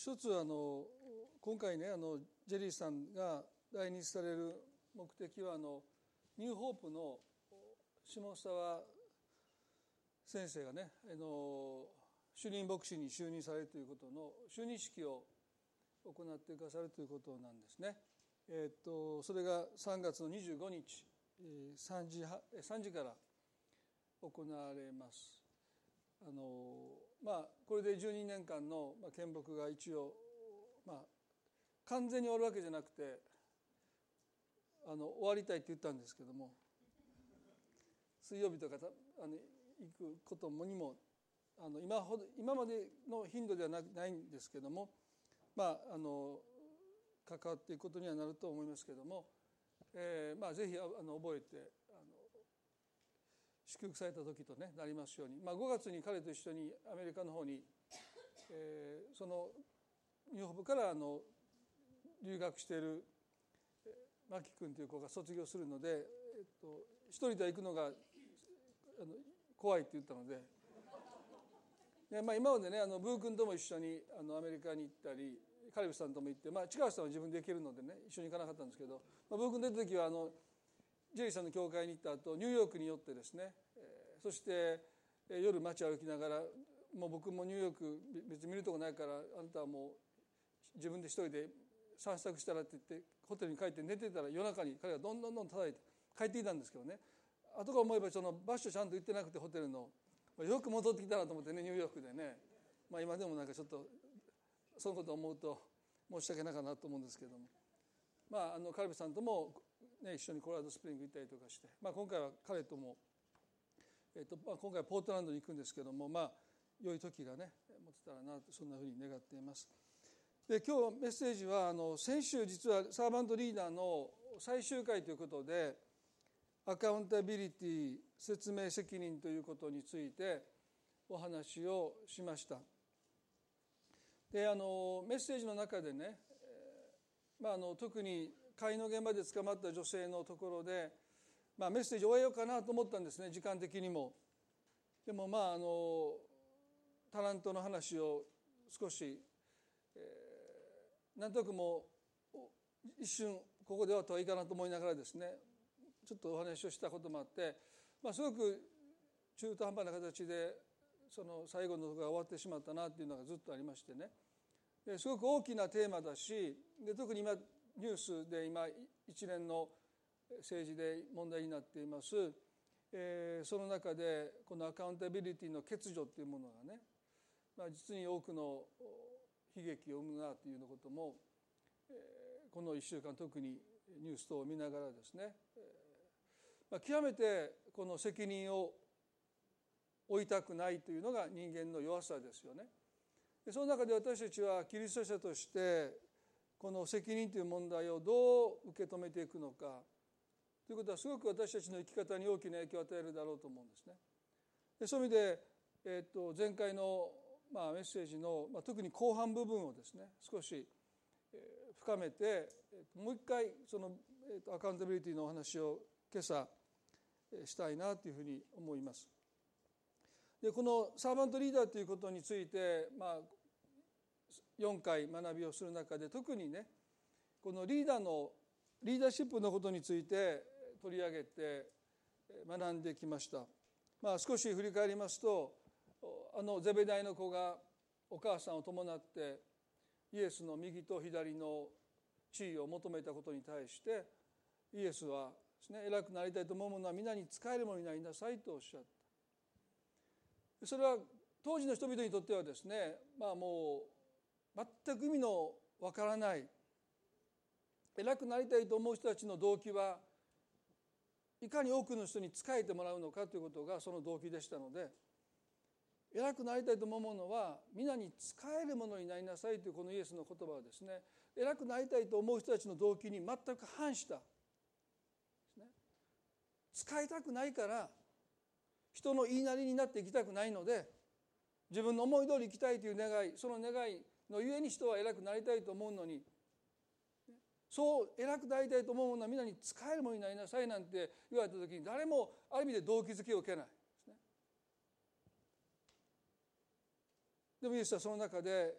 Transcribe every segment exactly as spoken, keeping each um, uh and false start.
一つあの今回ねあのジェリーさんが来日される目的はあのニューホープの下沢先生がねあの主任牧師に就任されるということの就任式を行ってくださるということなんですね。えっとそれがさんがつのにじゅうごにちさんじから行われます。あのまあこれでじゅうにねんかんの献牧が一応まあ完全に終わるわけじゃなくてあの終わりたいって言ったんですけども、水曜日とかあの行くこともにもあの 今, ほど今までの頻度ではないんですけども、まああの関わっていくことにはなると思いますけども、えーまあ、ぜひあの覚えてあの祝福された時と、ね、なりますように、まあ、ごがつに彼と一緒にアメリカの方に、えー、そのニューホープからあの留学しているマキ君という子が卒業するので、えっと、一人で行くのがあの怖いって言ったので、で、まあ、今までねあのブー君とも一緒にあのアメリカに行ったりカリブさんとも行って、まあ、近橋さんは自分で行けるのでね一緒に行かなかったんですけど、まあ、ブー君出た時はあのジェリーさんの教会に行った後ニューヨークに寄ってですね、えー、そして夜街歩きながらもう僕もニューヨーク別に見るとこないからあんたはもう自分で一人で散策したらって言ってホテルに帰って寝てたら夜中に彼がどんどんどん叩いて帰っていたんですけどね、後から思えばその場所ちゃんと行ってなくてホテルのよく戻ってきたなと思ってねニューヨークでね、まあ、今でもなんかちょっとそのことを思うと申し訳なかったなと思うんですけども、まあ、あのカルビさんとも、ね、一緒にコロラドスプリング行ったりとかして、まあ、今回は彼とも、えーとまあ、今回はポートランドに行くんですけども、まあ、良い時がね持てたらなとそんなふうに願っています。で今日メッセージはあの先週実はサーバントリーダーの最終回ということでアカウンタビリティ説明責任ということについてお話をしました。であのメッセージの中でね、まあ、あの特に飼いの現場で捕まった女性のところで、まあ、メッセージを終えようかなと思ったんですね、時間的にも。でもまああのタラントの話を少し、えー、なんとなくもう一瞬ここで終わったらいいかなと思いながらですねちょっとお話をしたこともあって、まあ、すごく中途半端な形でその最後のところが終わってしまったなっていうのがずっとありましてね、ですごく大きなテーマだし、で特に今ニュースで今一連の政治で問題になっています、えー、その中でこのアカウンタビリティの欠如というものがね、まあ、実に多くの悲劇を生むなというようなことも、えー、このいっしゅうかん特にニュース等を見ながらですね、えーまあ、極めてこの責任を負いたくないというのが人間の弱さですよね。でその中で私たちはキリスト者としてこの責任という問題をどう受け止めていくのかということはすごく私たちの生き方に大きな影響を与えるだろうと思うんですね。でそういう意味で、えー、と前回の、まあ、メッセージの、まあ、特に後半部分をですね少し、えー、深めて、えー、もう一回その、えー、とアカウンタビリティのお話を今朝、えー、したいなというふうに思います。でこのサーバントリーダーということについて、まあ、よんかい学びをする中で特にねこのリーダーのリーダーシップのことについて取り上げて学んできました。まあ、少し振り返りますとあのゼベダイの子がお母さんを伴ってイエスの右と左の地位を求めたことに対してイエスはですね、偉くなりたいと思う者は皆に仕える者になりなさいとおっしゃった。それは当時の人々にとってはですね、まあもう全く意味のわからない偉くなりたいと思う人たちの動機はいかに多くの人に仕えてもらうのかということがその動機でしたので、偉くなりたいと思う者は皆に仕える者になりなさいというこのイエスの言葉はですね、偉くなりたいと思う人たちの動機に全く反したですね。仕えたくないから人の言いなりになっていきたくないので自分の思い通り生きたいという願い、その願いのゆえに人は偉くなりたいと思うのに、そう偉くなりたいと思うのは皆に仕える者になりなさいなんて言われた時に誰もある意味で動機づけを受けないですね。でもイエスはその中で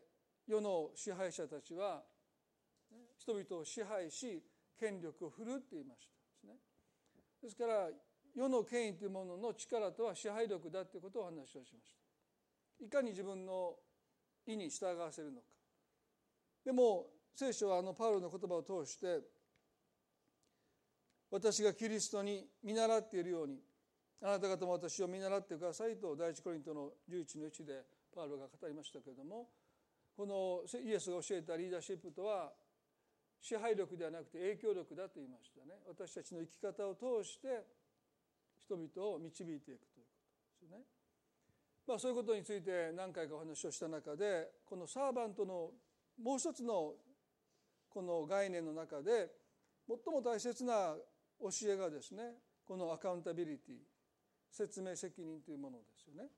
世の支配者たちは人々を支配し権力を振るって言いましたですね。ですから世の権威というものの力とは支配力だということをお話をしました。いかに自分の意に従わせるのか。でも聖書はあのパウロの言葉を通して、私がキリストに見習っているようにあなた方も私を見習ってくださいと第一コリントのじゅういちのいちでパウロが語りましたけれども、このイエスが教えたリーダーシップとは支配力ではなくて影響力だと言いましたね。私たちの生き方を通して人々を導いていくということですよね。まあ、そういうことについて何回かお話をした中で、このサーバントのもう一つのこの概念の中で最も大切な教えがですね、このアカウンタビリティ、説明責任というものですよね。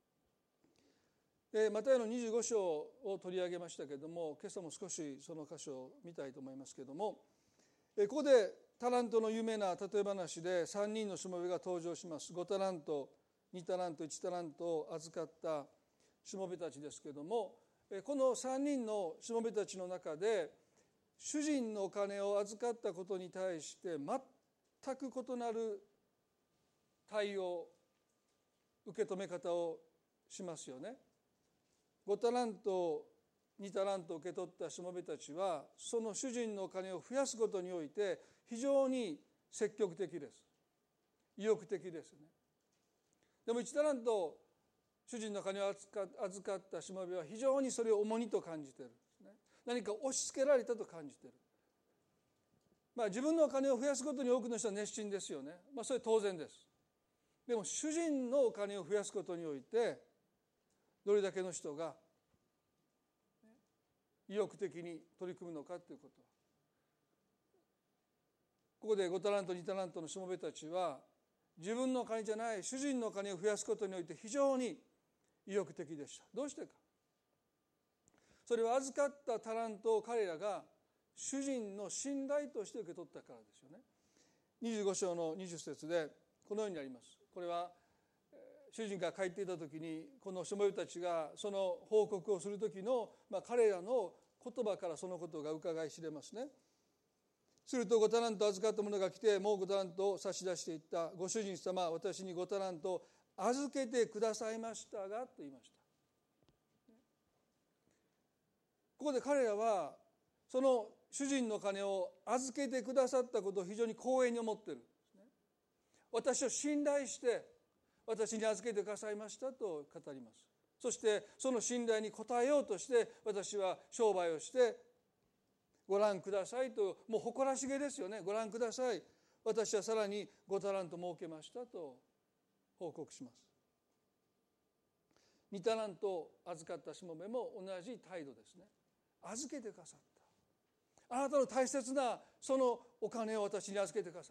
でマタイのにじゅうご章を取り上げましたけれども、今朝も少しその箇所を見たいと思いますけれども、ここでタラントの有名な例え話でさんにんのしもべが登場します。ごタラント、にタラント、いちタラントを預かったしもべたちですけれども、このさんにんのしもべたちの中で主人のお金を預かったことに対して全く異なる対応、受け止め方をしますよね。ごタラント、にタラントを受け取ったしもべたちはその主人のお金を増やすことにおいて非常に積極的です。意欲的ですね。でもいちタラント、主人の金を預かったしもべは非常にそれを重荷と感じているんですね。何か押し付けられたと感じている。まあ自分のお金を増やすことに多くの人は熱心ですよね。まあそれは当然です。でも主人のお金を増やすことにおいてどれだけの人が意欲的に取り組むのかということ。ここでごタラントにタラントのしもべたちは自分の金じゃない主人の金を増やすことにおいて非常に意欲的でした。どうしてか。それは預かったタラントを彼らが主人の信頼として受け取ったからですよね。にじゅうご章のにじゅっ節でこのようになります。これは主人が帰っていた時にこのしもべたちがその報告をする時の、まあ、彼らの言葉からそのことが伺い知れますね。するとごタラント預かった者が来てもうごタラントを差し出していった。ご主人様、私にごタラント預けてくださいましたがと言いました。ここで彼らはその主人の金を預けてくださったことを非常に光栄に思っている。私を信頼して私に預けてくださいましたと語ります。そしてその信頼に応えようとして私は商売をしてご覧くださいと、もう誇らしげですよね。ご覧ください、私はさらにごタラント儲けましたと報告します。にタラント預かったしもべも同じ態度ですね。預けてくださった。あなたの大切なそのお金を私に預けてくださった。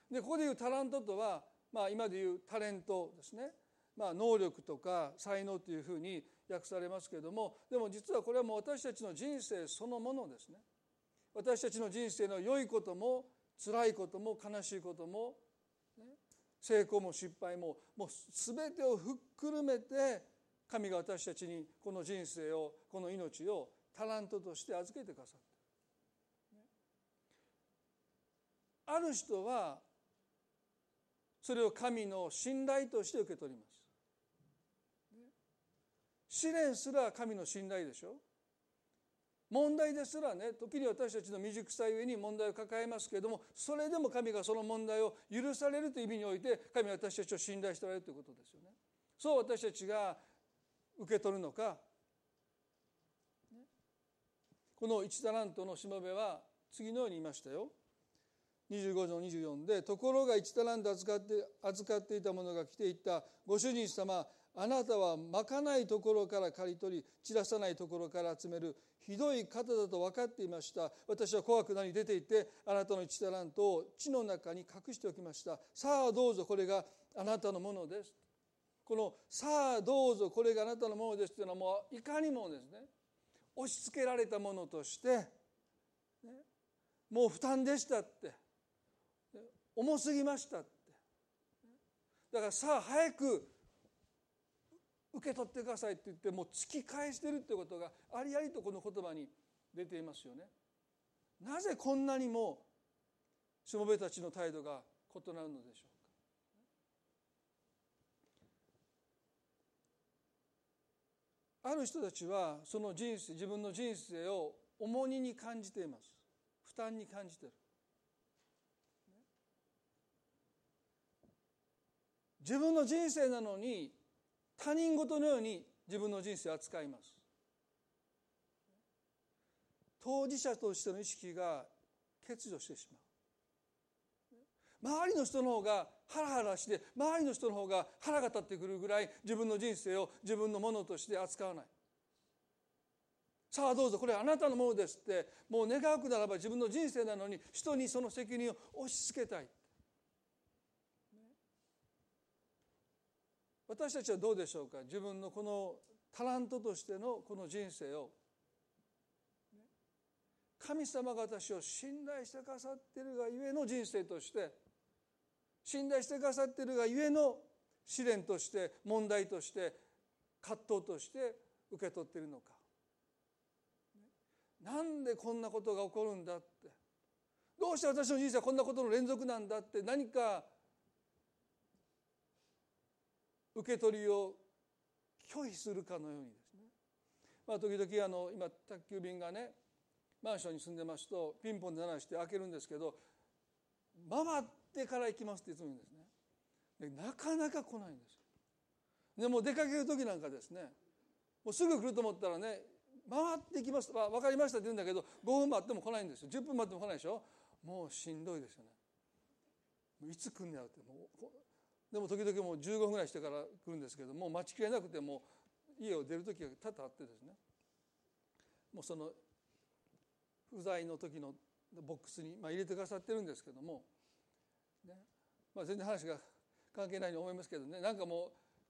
でここでいうタラントとは、まあ、今でいうタレントですね。まあ、能力とか才能というふうに訳されますけれども、でも実はこれはもう私たちの人生そのものですね。私たちの人生の良いことも辛いことも悲しいことも、ね、成功も失敗ももう全てをひっくるめて神が私たちにこの人生をこの命をタラントとして預けてくださった。ある人はそれを神の信頼として受け取ります。試練すら神の信頼でしょ。問題ですらね、時に私たちの未熟さゆえに問題を抱えますけれども、それでも神がその問題を許されるという意味において神は私たちを信頼しておられるということですよね。そう私たちが受け取るのか。このいちタラントのしもべは次のように言いましたよ。にじゅうご章にじゅうよんで、ところがいちタラント預かって預かっていた者が来ていった。ご主人様、あなたはまかないところから刈り取り散らさないところから集めるひどい方だと分かっていました。私は怖くなり出て行ってあなたのいちタラントを地の中に隠しておきました。さあどうぞこれがあなたのものです。このさあどうぞこれがあなたのものですというのはもういかにもですね、押し付けられたものとして、ね、もう負担でしたって、重すぎましたって、だからさあ早く受け取ってくださいって言ってもう突き返しているということがありありとこの言葉に出ていますよね。なぜこんなにもしもべたちの態度が異なるのでしょうか。ある人たちはその人生、自分の人生を重荷に感じています。負担に感じている。自分の人生なのに他人事のように自分の人生を扱います。当事者としての意識が欠如してしまう。周りの人の方がハラハラして、周りの人の方が腹が立ってくるぐらい自分の人生を自分のものとして扱わない。さあどうぞこれはあなたのものですってもう願うくならば自分の人生なのに人にその責任を押し付けたい。私たちはどうでしょうか。自分のこのタラントとしてのこの人生を神様が私を信頼してくださっているがゆえの人生として、信頼してくださっているがゆえの試練として問題として葛藤として受け取っているのか。なんでこんなことが起こるんだって、どうして私の人生はこんなことの連続なんだって何か受け取りを拒否するかのようにですね、まあ、時々あの今宅急便がねマンションに住んでますとピンポンで鳴らして開けるんですけど、回ってから行きますっていつも言うんですね。でなかなか来ないんですよ。でもう出かける時なんかですね、もうすぐ来ると思ったらね、回っていきますと、分かりましたって言うんだけどごふん待っても来ないんですよ。じゅっぷん待っても来ないでしょ。もうしんどいですよね。もういつ来るんだろうって。もうでも時々もうじゅうごふんぐらいしてから来るんですけど、もう待ちきれなくてもう家を出る時が多々あってですね、もうその不在の時のボックスに、まあ、入れてくださってるんですけども、ねまあ、全然話が関係ないと思いますけどね、なんかも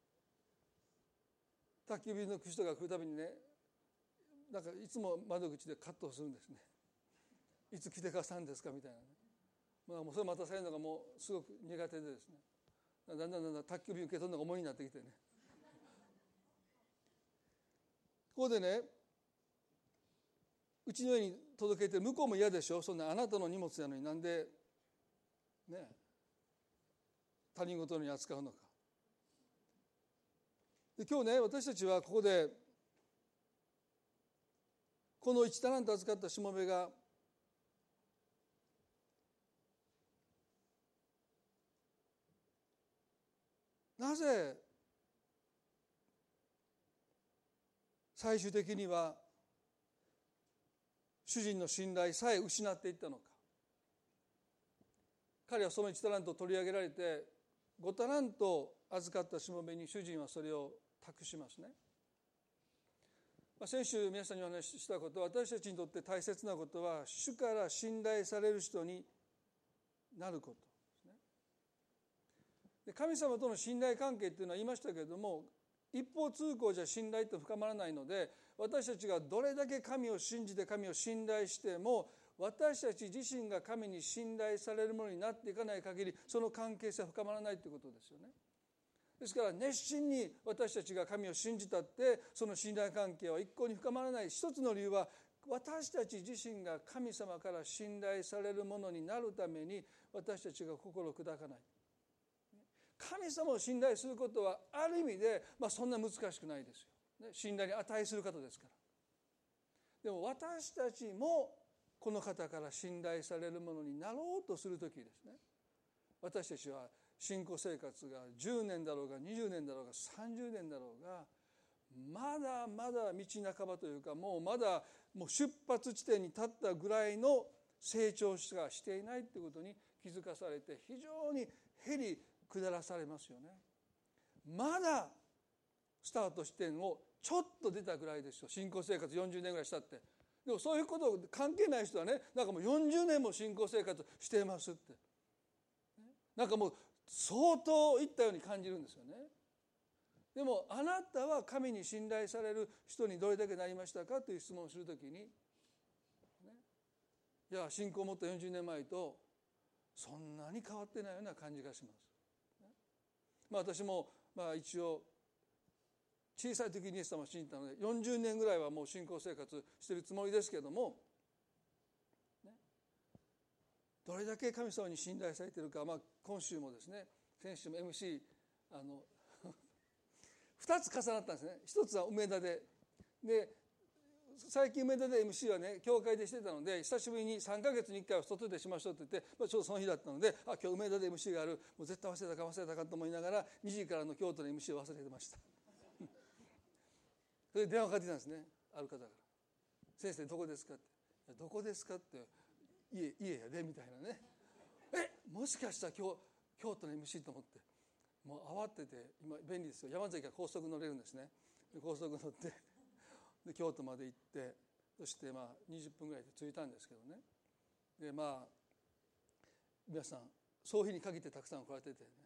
う宅急便の人が来るたびにね、なんかいつも窓口でカットするんですね。いつ来てくださるんですかみたいなね、まあ、もうそれ待たされるのがもうすごく苦手でですね、だんだんだんだん宅急便受け取るのが重いになってきてね、ここでね、うちの家に届けて向こうも嫌でしょ。そんなあなたの荷物なのになんでね他人事のように扱うのか。で今日ね、私たちはここでこの一タラント預かったしもべがなぜ最終的には主人の信頼さえ失っていったのか。彼はそのいちタラントを取り上げられてごタラント預かったしもべに主人はそれを託しますね。先週皆さんにお話ししたこと、私たちにとって大切なことは主から信頼される人になることですね。で神様との信頼関係っていうのは言いましたけれども、一方通行じゃ信頼って深まらないので、私たちがどれだけ神を信じて神を信頼しても私たち自身が神に信頼されるものになっていかない限りその関係性は深まらないということですよね。ですから熱心に私たちが神を信じたってその信頼関係は一向に深まらない一つの理由は、私たち自身が神様から信頼されるものになるために私たちが心を砕かない。神様を信頼することはある意味で、まあ、そんな難しくないですよ、ね、信頼に値する方ですから。でも私たちもこの方から信頼されるものになろうとするときですね、私たちは信仰生活がじゅうねんだろうがにじゅうねんだろうがさんじゅうねんだろうがまだまだ道半ばというか、もうまだもう出発地点に立ったぐらいの成長しかしていないということに気づかされて、非常にへり下らされますよね。まだスタート地点をちょっと出たぐらいですよ。信仰生活よんじゅうねんぐらいしたって。でもそういうこと関係ない人はね、なんかもうよんじゅうねんも信仰生活していますって、なんかもう相当いったように感じるんですよね。でもあなたは神に信頼される人にどれだけなりましたかという質問をするときに、ね、いや信仰を持ったよんじゅうねんまえとそんなに変わってないような感じがします。まあ、私もまあ一応小さい時にイエス様を信じたのでよんじゅうねんぐらいはもう信仰生活しているつもりですけども、ね、どれだけ神様に信頼されているか、まあ、今週もですね、先週も エムシー あのふたつ重なったんですね。ひとつは梅田でで最近梅田で エムシー はね教会でしてたので、久しぶりにさんかげつにいっかいは外でしましょうと言って、まあ、ちょうどその日だったので、あ今日梅田で エムシー がある、もう絶対忘れたか忘れたかと思いながらにじからの京都の エムシー を忘れてましたそれで電話かかってきたんですね、ある方から。先生どこですかって。どこですかって、家家やでみたいなね。えもしかしたら今日京都の エムシー と思って、もう慌てて、今便利ですよ、山崎から高速乗れるんですね。で高速乗ってで京都まで行って、そしてまあにじゅっぷんぐらいで着いたんですけどね。でまあ皆さんその日に限ってたくさん来られててね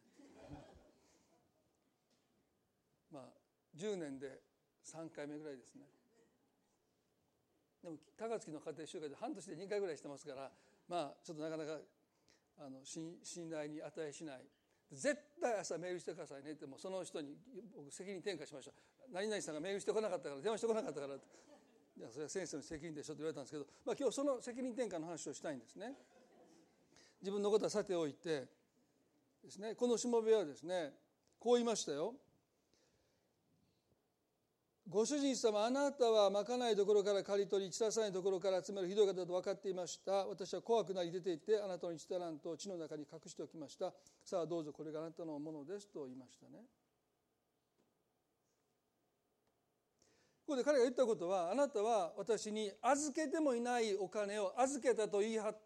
まあじゅうねんでさんかいめぐらいですね。でも高槻の家庭集会で半年でにかいぐらいしてますから、まあちょっとなかなかあの信頼に値しない。絶対朝メールしてくださいねって、もうその人に僕責任転嫁しました。何々さんがメールしてこなかったから、電話してこなかったからって、いやそれは先生の責任でしょと言われたんですけど、まあ、今日その責任転嫁の話をしたいんですね。自分のことはさておいてですね、このしもべはですねこう言いましたよ。ご主人様、あなたはまかないところから刈り取り、散らさないところから集めるひどい方だと分かっていました。私は怖くなり出て行って、あなたの一タラントを地の中に隠しておきました。さあどうぞこれがあなたのものですと言いましたね。ここで彼が言ったことは、あなたは私に預けてもいないお金を預けたと言い張って、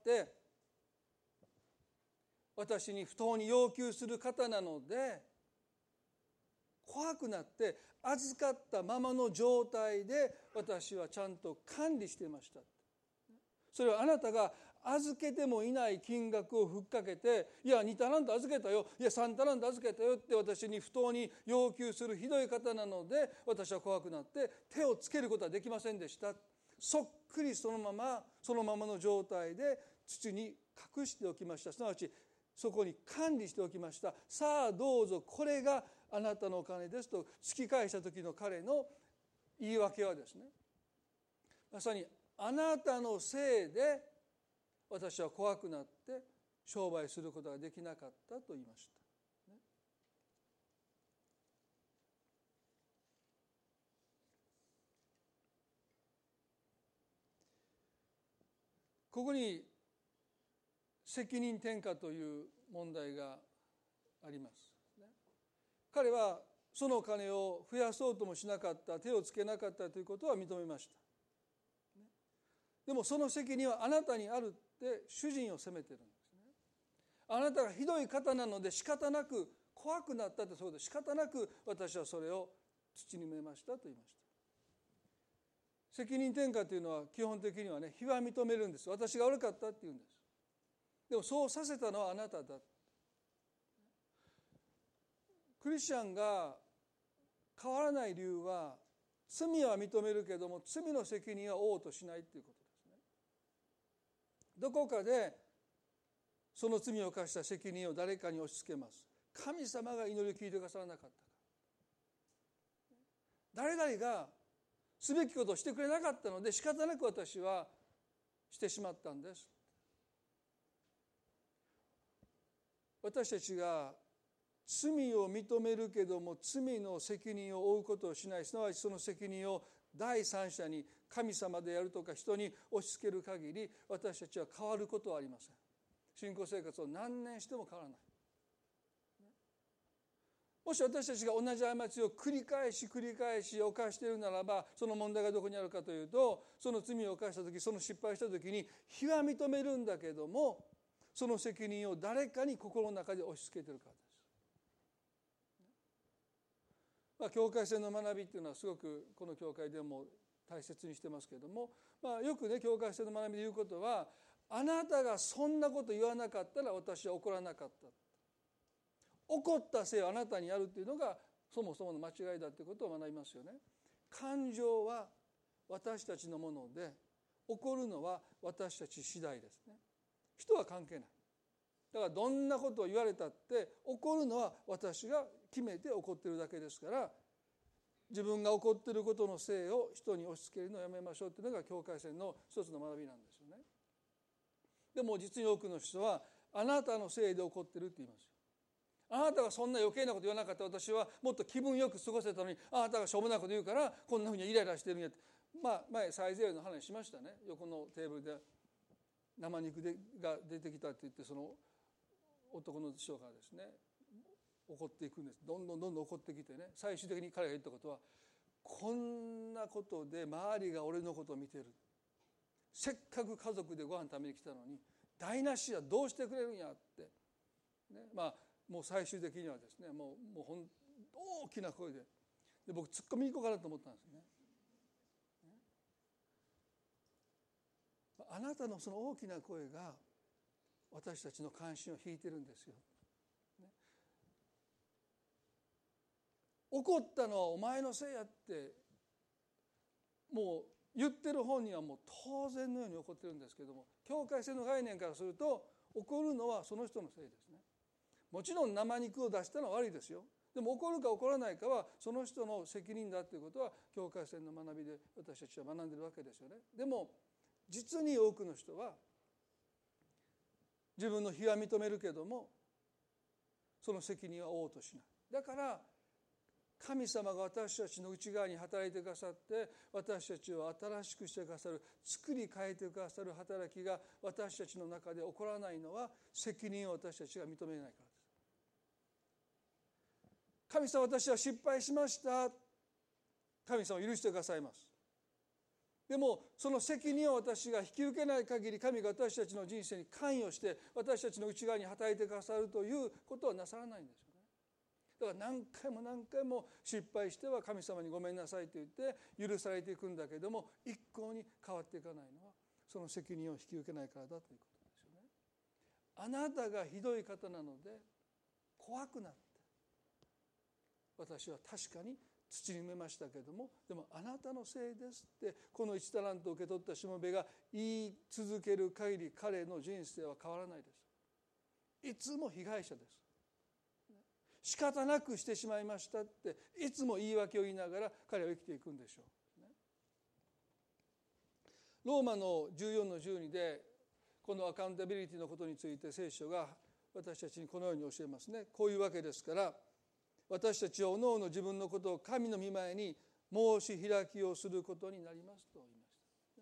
私に不当に要求する方なので、怖くなって預かったままの状態で私はちゃんと管理していました。それはあなたが預けてもいない金額をふっかけて、いやにタラント預けたよ、いやさんタラント預けたよって私に不当に要求するひどい方なので、私は怖くなって手をつけることはできませんでした。そっくりそのままそのままの状態で土に隠しておきました。すなわちそこに管理しておきました。さあどうぞこれがあなたのお金ですと突き返した時の彼の言い訳はですね、まさにあなたのせいで私は怖くなって商売することができなかったと言いました、ね、ここに責任転嫁という問題があります。彼はその金を増やそうともしなかった、手をつけなかったということは認めました。でもその責任はあなたにあるって主人を責めてるんですね。あなたがひどい方なので仕方なく、怖くなったってそうで仕方なく私はそれを土に埋めましたと言いました。責任転嫁というのは基本的にはね、非は認めるんです。私が悪かったって言うんです。でもそうさせたのはあなただ。クリスチャンが変わらない理由は、罪は認めるけども罪の責任は負おうとしないということですね。どこかでその罪を犯した責任を誰かに押し付けます。神様が祈りを聞いてくださらなかったか、誰々がすべきことをしてくれなかったので仕方なく私はしてしまったんです。私たちが罪を認めるけども罪の責任を負うことをしない、すなわちその責任を第三者に、神様であるとか人に押し付ける限り、私たちは変わることはありません。信仰生活を何年しても変わらない。もし私たちが同じ過ちを繰り返し繰り返し犯しているならば、その問題がどこにあるかというと、その罪を犯した時、その失敗した時に非は認めるんだけども、その責任を誰かに心の中で押し付けているからです。まあ、境界線の学びっていうのはすごくこの教会でも大切にしてますけれども、まあ、よくね境界線の学びで言うことは、あなたがそんなこと言わなかったら私は怒らなかった、怒ったせいはあなたにあるっていうのがそもそもの間違いだということを学びますよね。感情は私たちのもので、怒るのは私たち次第ですね。人は関係ない。だからどんなことを言われたって怒るのは私が決めて怒ってるだけですから、 自分が起こっていることのせいを人に押し付けるのをやめましょうというのが境界線の一つの学びなんですよね。でも実に多くの人はあなたのせいで起こっているって言いますよ。あなたがそんな余計なこと言わなかったら私はもっと気分よく過ごせたのに、あなたがしょうもないこと言うからこんなふうにイライラしてるんやって。まあ前サイゼリヤの話しましたね。横のテーブルで生肉でが出てきたって言って、その男の人がですね怒っていくんです。どんどんどんどん怒ってきてね、最終的に彼が言ったことは、こんなことで周りが俺のことを見てる、せっかく家族でご飯食べに来たのに台無しや、どうしてくれるんやって、ね、まあもう最終的にはですね、もうもうほん大きな声で、で僕突っ込みに行こうかなと思ったんですね。あなたのその大きな声が私たちの関心を引いてるんですよ。怒ったのはお前のせいやってもう言ってる本人はもう当然のように怒ってるんですけども、境界線の概念からすると怒るのはその人のせいですね。もちろん生肉を出したのは悪いですよ。でも怒るか怒らないかはその人の責任だということは境界線の学びで私たちは学んでいるわけですよね。でも実に多くの人は自分の非は認めるけどもその責任は負おうとしない。だから神様が私たちの内側に働いてくださって私たちを新しくしてくださる、作り変えてくださる働きが私たちの中で起こらないのは責任を私たちが認めないからです。神様、私は失敗しました。神様を許してくださいます。でもその責任を私が引き受けない限り神が私たちの人生に関与して私たちの内側に働いてくださるということはなさらないんですよね。だから何回も何回も失敗しては神様にごめんなさいと言って許されていくんだけども、一向に変わっていかないのはその責任を引き受けないからだということですよね。あなたがひどい方なので怖くなって私は確かに土に埋めましたけれども、でもあなたのせいですってこの一タラントを受け取ったしもべが言い続ける限り彼の人生は変わらないです。いつも被害者です。仕方なくしてしまいましたっていつも言い訳を言いながら彼は生きていくんでしょう。ローマのじゅうよんのじゅうにでこのアカウンタビリティのことについて聖書が私たちにこのように教えますね。こういうわけですから私たちはおのおの自分のことを神の御前に申し開きをすることになりますと言いました。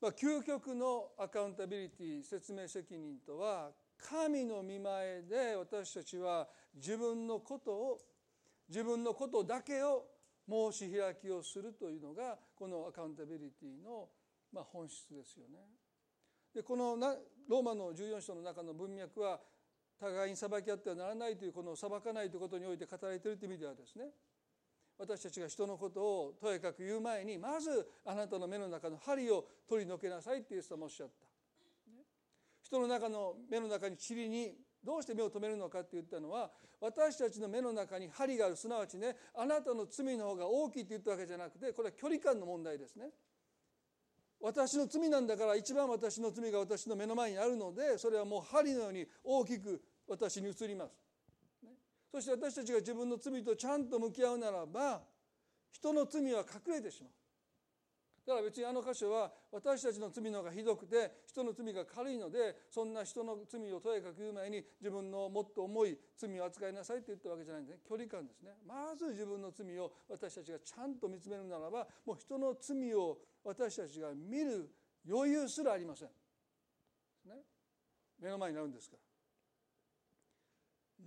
まあ、究極のアカウンタビリティ、説明責任とは神の御前で私たちは自分のことを自分のことだけを申し開きをするというのがこのアカウンタビリティのまあ本質ですよね。でこのローマのじゅうよん章の中の文脈は互いに裁き合ってはならないというこの裁かないということにおいて語られているという意味ではですね、私たちが人のことをとやかく言う前にまずあなたの目の中の針を取り除けなさいってイエス様おっしゃった。人の中の目の中に塵にどうして目を留めるのかって言ったのは、私たちの目の中に針がある、すなわちね、あなたの罪の方が大きいって言ったわけじゃなくて、これは距離感の問題ですね。私の罪なんだから一番私の罪が私の目の前にあるので、それはもう針のように大きく私に移ります、ね、そして私たちが自分の罪とちゃんと向き合うならば人の罪は隠れてしまう。だから別にあの箇所は私たちの罪の方がひどくて人の罪が軽いので、そんな人の罪をとやかく言う前に自分のもっと重い罪を扱いなさいと言ったわけじゃないんですね。距離感ですね。まず自分の罪を私たちがちゃんと見つめるならば、もう人の罪を私たちが見る余裕すらありません、ね、目の前にあるんですから。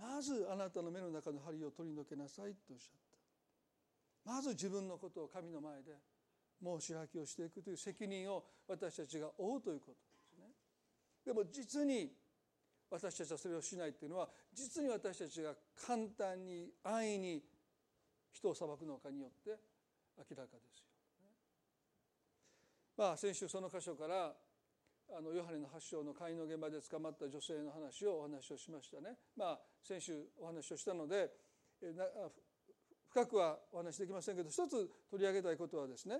まずあなたの目の中の針を取り除けなさいとおっしゃった。まず自分のことを神の前で申し開きをしていくという責任を私たちが負うということですね。でも実に私たちはそれをしないというのは、実に私たちが簡単に安易に人を裁くのかによって明らかですよ。まあ先週その箇所からあのヨハネの発祥の会員の現場で捕まった女性の話をお話をしましたね。まあ先週お話をしたので深くはお話できませんけど、一つ取り上げたいことはですね、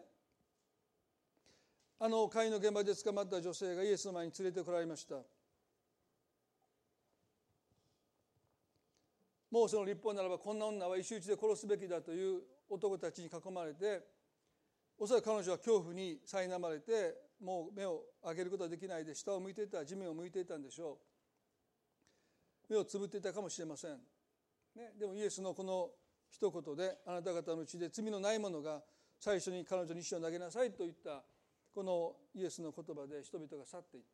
あの会員の現場で捕まった女性がイエスの前に連れてこられました。 モーセの律法ならばこんな女は石打ちで殺すべきだという男たちに囲まれて、おそらく彼女は恐怖に苛まれてもう目を上げることができないで下を向いていた、地面を向いていたんでしょう。目をつぶっていたかもしれません、ね、でもイエスのこの一言で、あなた方のうちで罪のない者が最初に彼女に石を投げなさいといったこのイエスの言葉で人々が去っていった。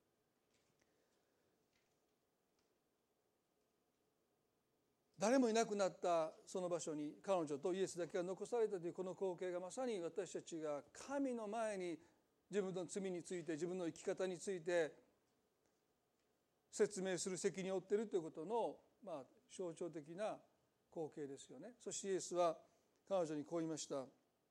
誰もいなくなったその場所に彼女とイエスだけが残されたというこの光景が、まさに私たちが神の前に自分の罪について、自分の生き方について説明する責任を負っているということの、まあ、象徴的な光景ですよね。そしてイエスは彼女にこう言いました。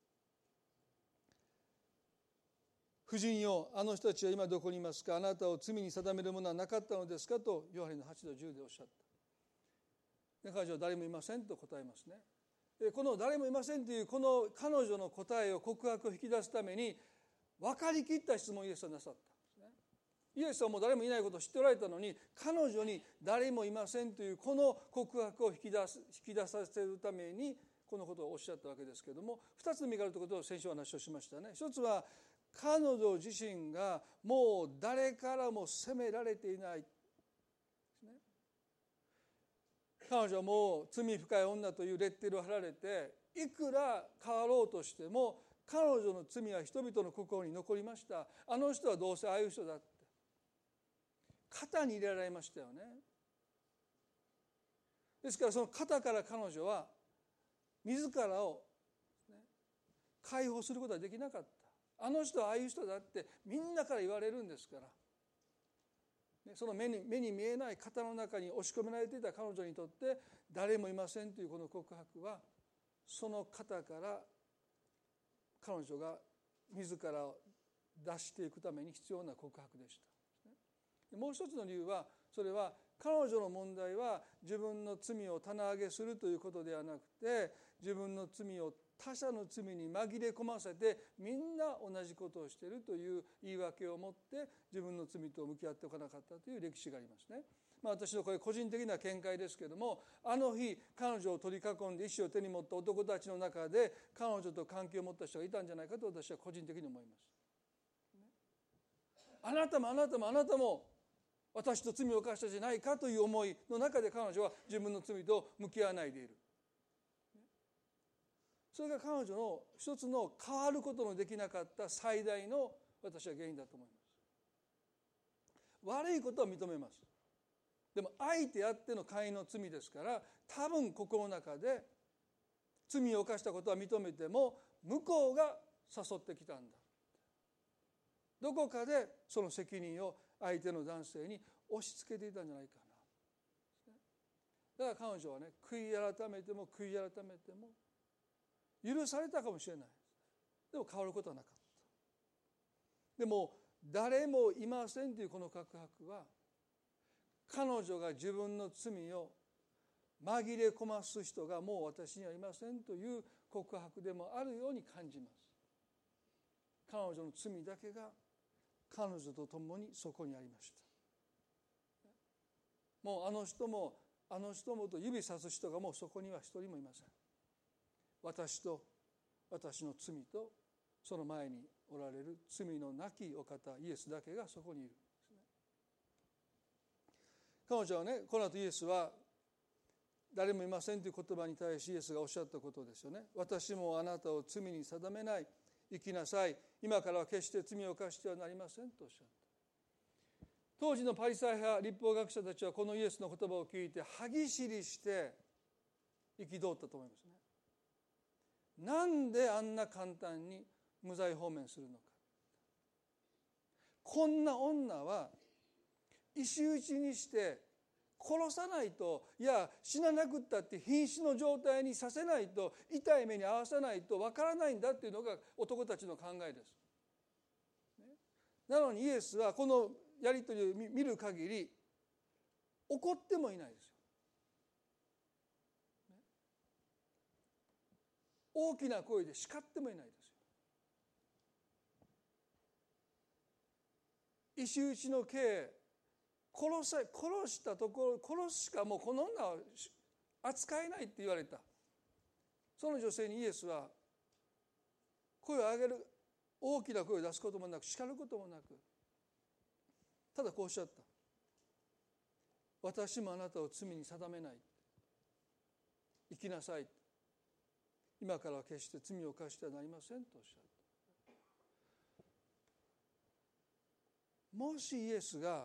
婦人よ、あの人たちは今どこにいますか。あなたを罪に定めるものはなかったのですかとヨハネのはちのじゅうでおっしゃった。彼女は誰もいませんと答えますね。この誰もいませんというこの彼女の答えを、告白を引き出すために分かりきった質問をイエスはなさったんですね。イエスはもう誰もいないことを知っておられたのに、彼女に誰もいませんというこの告白を引き出す、引き出させるためにこのことをおっしゃったわけですけれども、二つの意味があるということを先週お話をしましたね。一つは彼女自身がもう誰からも責められていないですね。彼女はもう罪深い女というレッテルを貼られて、いくら変わろうとしても彼女の罪は人々の心に残りました。あの人はどうせああいう人だって肩に入れられましたよね。ですからその肩から彼女は自らを、ね、解放することはできなかった。あの人はああいう人だってみんなから言われるんですから、その目に、目に見えない型の中に押し込められていた彼女にとって誰もいませんというこの告白は、その型から彼女が自らを出していくために必要な告白でした。もう一つの理由は、それは彼女の問題は自分の罪を棚上げするということではなくて、自分の罪を他者の罪に紛れ込ませてみんな同じことをしているという言い訳を持って自分の罪と向き合っておかなかったという歴史がありますね。まあ、私のこれ個人的な見解ですけれども、あの日彼女を取り囲んで石を手に持った男たちの中で彼女と関係を持った人がいたんじゃないかと私は個人的に思います。あなたもあなたもあなたも私と罪を犯したじゃないかという思いの中で彼女は自分の罪と向き合わないでいる。それが彼女の一つの変わることのできなかった最大の私は原因だと思います。悪いことは認めます。でも相手あっての姦淫の罪ですから、多分心の中で罪を犯したことは認めても向こうが誘ってきたんだ、どこかでその責任を相手の男性に押し付けていたんじゃないかな。だから彼女はね、悔い改めても悔い改めても許されたかもしれない。でも変わることはなかった。でも誰もいませんというこの告白は、彼女が自分の罪を紛れ込ます人がもう私にはいませんという告白でもあるように感じます。彼女の罪だけが彼女と共にそこにありました。もうあの人もあの人もと指さす人がもうそこには一人もいません。私と私の罪とその前におられる罪のなきお方イエスだけがそこにいるんですね。彼女はね、この後イエスは誰もいませんという言葉に対しイエスがおっしゃったことですよね。私もあなたを罪に定めない、生きなさい、今からは決して罪を犯してはなりませんとおっしゃった。当時のパリサイ派律法学者たちはこのイエスの言葉を聞いて歯ぎしりして憤ったと思いますね。なんであんな簡単に無罪放免するのか。こんな女は石打ちにして殺さないと、いや死ななくったって瀕死の状態にさせないと、痛い目に遭わさないとわからないんだっていうのが男たちの考えです。なのにイエスはこのやり取りを見る限り怒ってもいないですよ。大きな声で叱ってもいないですよ。石打ちの刑、殺さ殺したところ殺すしかもうこの女は扱えないって言われたその女性にイエスは声を上げる、大きな声を出すこともなく叱ることもなく、ただこうおっしゃった。私もあなたを罪に定めない、生きなさい、今からは決して罪を犯してはなりませんとおっしゃった。もしイエスが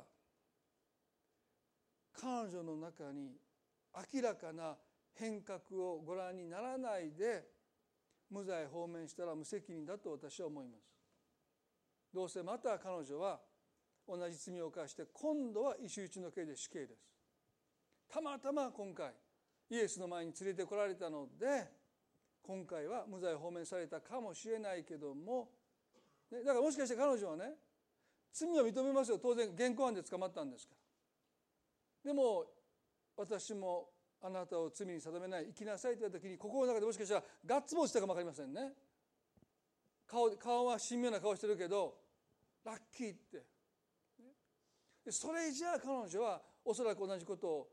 彼女の中に明らかな変革をご覧にならないで無罪放免したら無責任だと私は思います。どうせまた彼女は同じ罪を犯して今度は石打ちの刑で死刑です。たまたま今回イエスの前に連れてこられたので今回は無罪放免されたかもしれないけども、だからもしかして彼女はね、罪を認めますよ。当然現行犯で捕まったんですから。でも私もあなたを罪に定めない、生きなさいと言った時に心の中でもしかしたらガッツポーズしたかも分かりませんね。 顔, 顔は神妙な顔してるけどラッキーって、ね、それじゃあ彼女はおそらく同じことを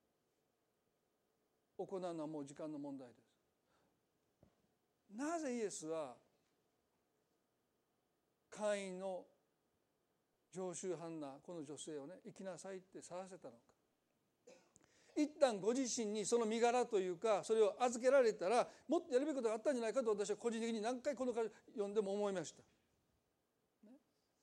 行うのはもう時間の問題です。なぜイエスは会員の常習犯なこの女性をね、生きなさいってさらせたのか。一旦ご自身にその身柄というかそれを預けられたらもっとやるべきことがあったんじゃないかと私は個人的に何回この回読んでも思いました、ね、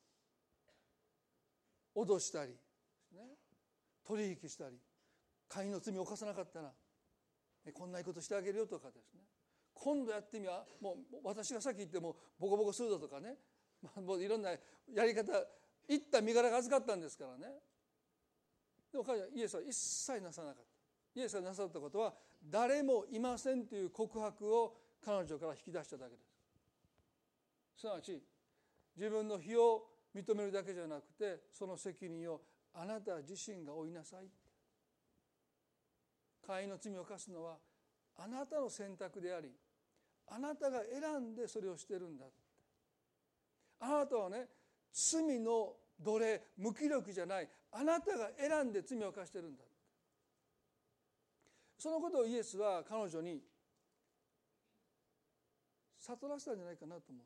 脅したり、ね、取引したり、会員の罪を犯さなかったらこんなことしてあげるよとかですね、今度やってみはもう私が先言ってもボコボコするぞとかね、もういろんなやり方、一旦身柄が預かったんですからね。でも彼はイエスは一切なさなかった。イエスがなさったことは誰もいませんという告白を彼女から引き出しただけです。すなわち自分の非を認めるだけじゃなくてその責任をあなた自身が負いなさい。会員の罪を犯すのはあなたの選択でありあなたが選んでそれをしてるんだ。あなたはね、罪の奴隷、無気力じゃない、あなたが選んで罪を犯してるんだ。そのことをイエスは彼女に悟らせたんじゃないかなと思うん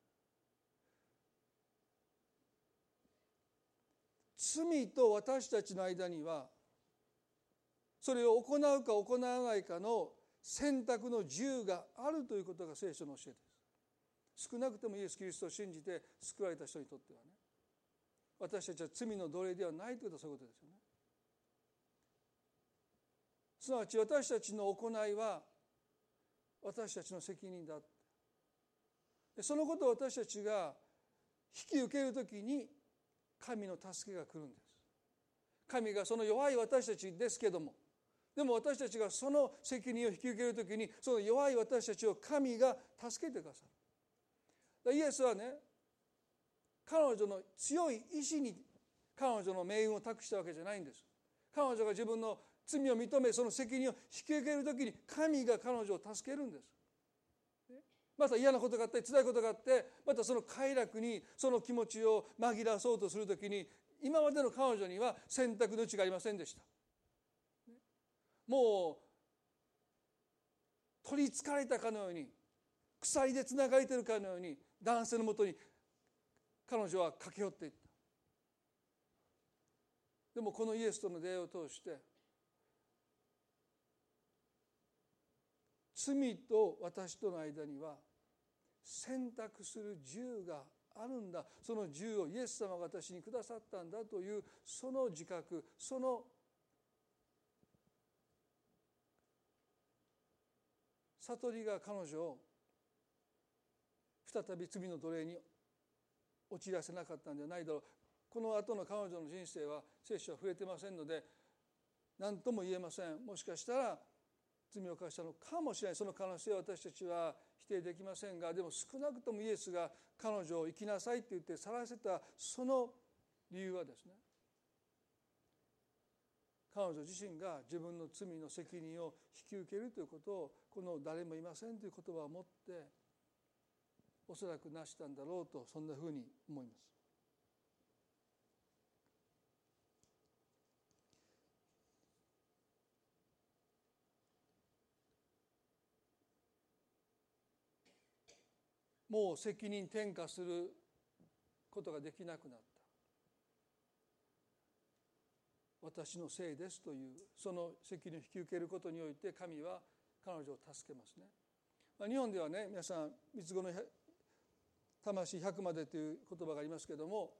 ですね。罪と私たちの間にはそれを行うか行わないかの選択の自由があるということが聖書の教えです。少なくともイエス・キリストを信じて救われた人にとってはね、私たちは罪の奴隷ではないということはそういうことですよね。すなわち私たちの行いは私たちの責任だ。そのことを私たちが引き受けるときに神の助けが来るんです。神がその弱い私たちですけども、でも私たちがその責任を引き受けるときにその弱い私たちを神が助けてくださる。イエスはね、彼女の強い意志に彼女の命運を託したわけじゃないんです。彼女が自分の罪を認めその責任を引き受けるときに神が彼女を助けるんです。また嫌なことがあって辛いことがあってまたその快楽にその気持ちを紛らわそうとするときに今までの彼女には選択の余地がありませんでした。もう取りつかれたかのように鎖でつながれているかのように男性のもとに彼女は駆け寄っていった。でもこのイエスとの出会いを通して罪と私との間には選択する自由があるんだ、その自由をイエス様が私にくださったんだというその自覚、その悟りが彼女を再び罪の奴隷に陥らせなかったんじゃないだろう。この後の彼女の人生は聖書は触れてませんので何とも言えません。もしかしたら罪を犯したのかもしれない。その可能性は私たちは否定できませんが、でも少なくともイエスが彼女を生きなさいって言って去らせたその理由はですね、彼女自身が自分の罪の責任を引き受けるということをこの誰もいませんという言葉を持っておそらく成したんだろうと、そんなふうに思います。 もう責任転嫁することができなくなった。私のせいですというその責任を引き受けることにおいて神は彼女を助けますね。日本ではね、皆さん三つ子の魂ひゃくまでという言葉がありますけれども、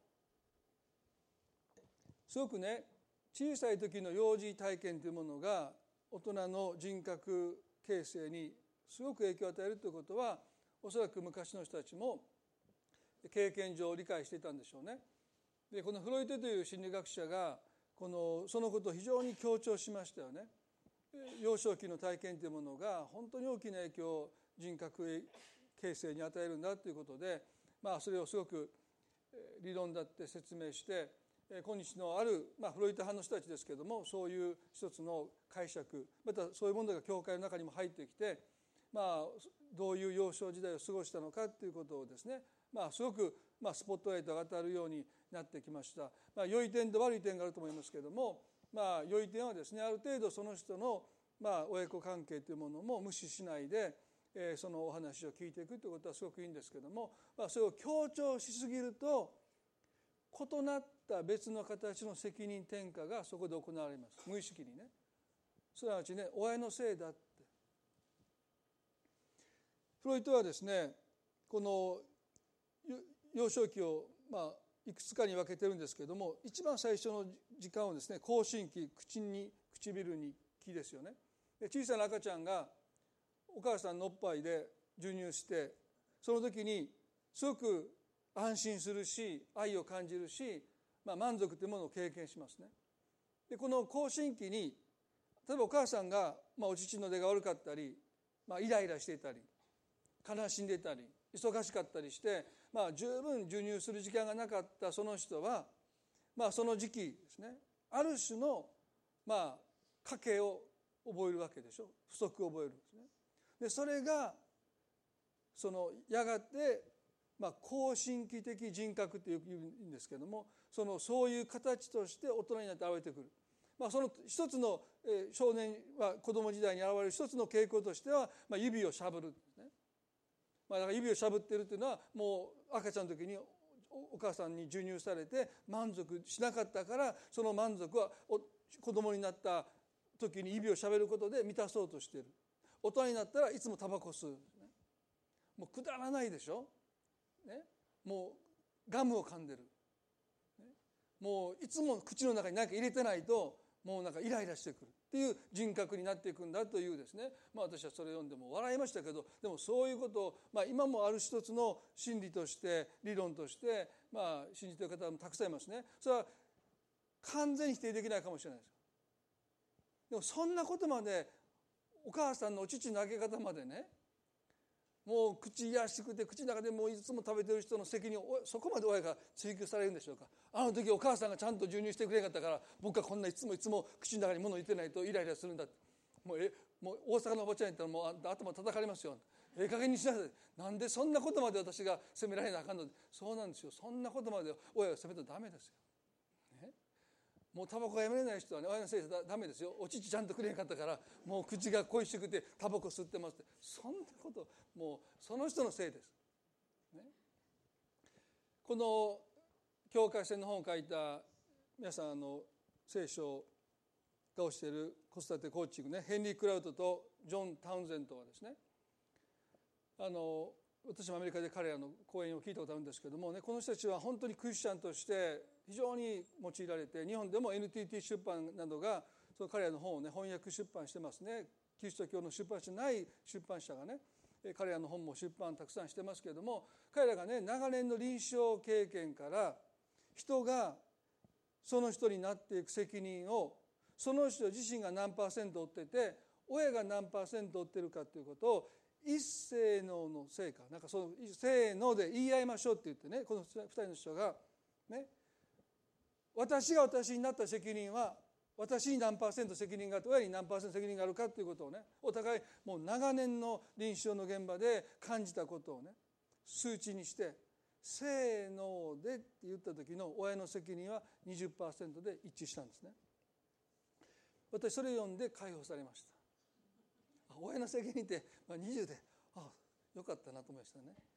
すごくね、小さい時の幼児体験というものが大人の人格形成にすごく影響を与えるということは、おそらく昔の人たちも経験上理解していたんでしょうね。でこのフロイトという心理学者がこのそのことを非常に強調しましたよね。幼少期の体験というものが本当に大きな影響を人格形成に与えるんだということで、まあ、それをすごく理論だって説明して、今日のある、まあ、フロイト派の人たちですけれども、そういう一つの解釈、またそういうものが教会の中にも入ってきて、まあ、どういう幼少時代を過ごしたのかということをですね、まあ、すごく、まあ、スポットライトが当たるようになってきました。まあ、良い点と悪い点があると思いますけれども、まあ、良い点はですね、ある程度その人の、まあ、親子関係というものも無視しないで、えー、そのお話を聞いていくということはすごくいいんですけれども、まあ、それを強調しすぎると異なった別の形の責任転嫁がそこで行われます。無意識にね。すなわちね、親のせいだって。フロイトはですね、この幼少期をまあいくつかに分けてるんですけれども、一番最初の時間をですね、口唇期、口に唇に気ですよね。で小さな赤ちゃんがお母さんのおっぱいで授乳して、その時にすごく安心するし愛を感じるし、まあ、満足というものを経験しますね。でこの口唇期に例えばお母さんが、まあ、お乳の出が悪かったり、まあ、イライラしていたり悲しんでいたり忙しかったりして、まあ、十分授乳する時間がなかったその人は、まあ、その時期ですね、ある種の、まあ、家計を覚えるわけでしょ。不足を覚えるんですね。でそれがそのやがて、まあ、後進期的人格というんですけれども、そのそういう形として大人になって現れてくる。まあ、その一つの、えー、少年は子供時代に現れる一つの傾向としては、まあ、指をしゃぶるんですね。まあ、だから指をしゃぶっているというのは、もう赤ちゃんの時にお母さんに授乳されて満足しなかったから、その満足は子供になった時に指をしゃべることで満たそうとしている。大人になったらいつもタバコ吸う。もうくだらないでしょ、ね、もうガムを噛んでる、ね、もういつも口の中に何か入れてないともうなんかイライラしてくるっていう人格になっていくんだというですね、まあ、私はそれを読んでも笑いましたけど、でもそういうことを、まあ、今もある一つの真理として理論として、まあ、信じている方もたくさんいますね。それは完全に否定できないかもしれないです。でもそんなことまでお母さんのお乳のあげ方までね、もう口いやしくて口の中でもういつも食べてる人の責任をそこまで親が追求されるんでしょうか。あの時お母さんがちゃんと授乳してくれなかったから僕はこんないつもいつも口の中に物を入れてないとイライラするんだ。もうえもう大阪のおばちゃんやったらもう頭叩かれますよ。ええ加減にしなさい。なんでそんなことまで私が責められなあかんの。そうなんですよ。そんなことまで親を責めたらダメですよ。もうタバコがやめれない人はね、親のせいでダメですよ。お乳ちゃんとくれなかったからもう口が恋しくてタバコ吸ってますって、そんなこともうその人のせいです、ね、この境界線の本を書いた皆さんの聖書が教える子育てコーチングね、ヘンリー・クラウドとジョン・タウンゼントはですね、あの私もアメリカで彼らの講演を聞いたことあるんですけどもね、この人たちは本当にクリスチャンとして非常に用いられて、日本でも エヌティーティー 出版などがその彼らの本をね翻訳出版してますね。キリスト教の出版社ない出版社がね彼らの本も出版たくさんしてますけれども、彼らがね長年の臨床経験から人がその人になっていく責任をその人自身が何パーセント負ってて親が何パーセント負ってるかということを一斉のの成果、なんかそのせーので言い合いましょうって言ってね、この二人の人がね、私が私になった責任は私に何パーセント責任があって親に何パーセント責任があるかということをね、お互いもう長年の臨床の現場で感じたことをね数値にしてせーのでって言った時の親の責任は にじゅっパーセント で一致したんですね。私それを読んで解放されました。親の責任ってにじゅうで、ああよかったなと思いましたね。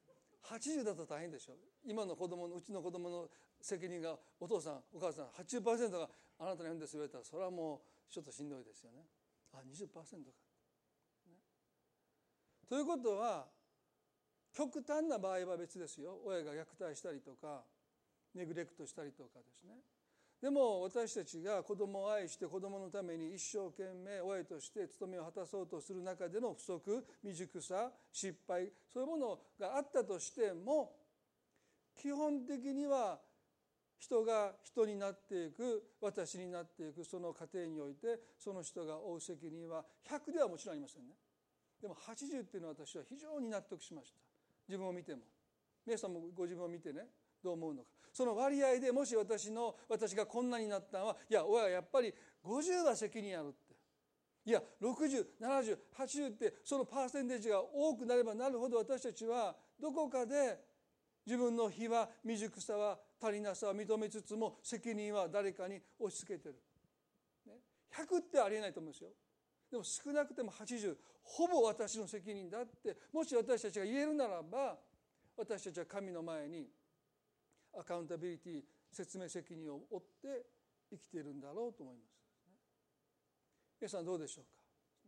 はちじゅうだと大変でしょ。今の子供のうちの子供の責任がお父さんお母さん はちじゅっパーセント があなたの変です言われたらそれはもうちょっとしんどいですよね。あ にじゅっパーセント か、ね、ということは極端な場合は別ですよ。親が虐待したりとかネグレクトしたりとかですね。でも私たちが子供を愛して子供のために一生懸命親として務めを果たそうとする中での不足、未熟さ、失敗、そういうものがあったとしても基本的には人が人になっていく、私になっていくその過程においてその人が負う責任はひゃくではもちろんありませんね。でもはちじゅうっていうのは私は非常に納得しました。自分を見ても皆さんもご自分を見てねどう思うのか。その割合でもし私の私がこんなになったのはいや親はやっぱりごじゅうは責任あるって、いやろくじゅう、ななじゅう、はちじゅうってそのパーセンテージが多くなればなるほど私たちはどこかで自分の非は未熟さは足りなさは認めつつも責任は誰かに押し付けてる、ね、ひゃくってありえないと思うんですよ。でも少なくてもはちじゅうほぼ私の責任だってもし私たちが言えるならば私たちは神の前にアカウンタビリティ説明責任を負って生きているんだろうと思います。皆さんどうでしょうか。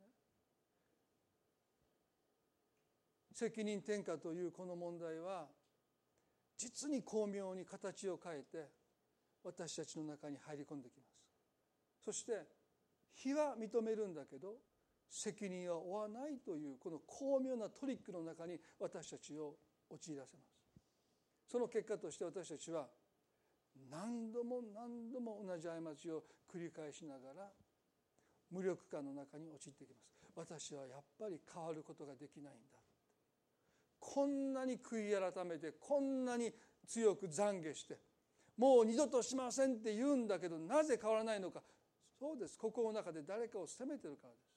責任転嫁というこの問題は実に巧妙に形を変えて私たちの中に入り込んできます。そして非は認めるんだけど責任は負わないというこの巧妙なトリックの中に私たちを陥らせます。その結果として私たちは何度も何度も同じ過ちを繰り返しながら無力感の中に陥ってきます。私はやっぱり変わることができないんだ。こんなに悔い改めてこんなに強く懺悔してもう二度としませんって言うんだけどなぜ変わらないのか。そうです。心の中で誰かを責めてるからです。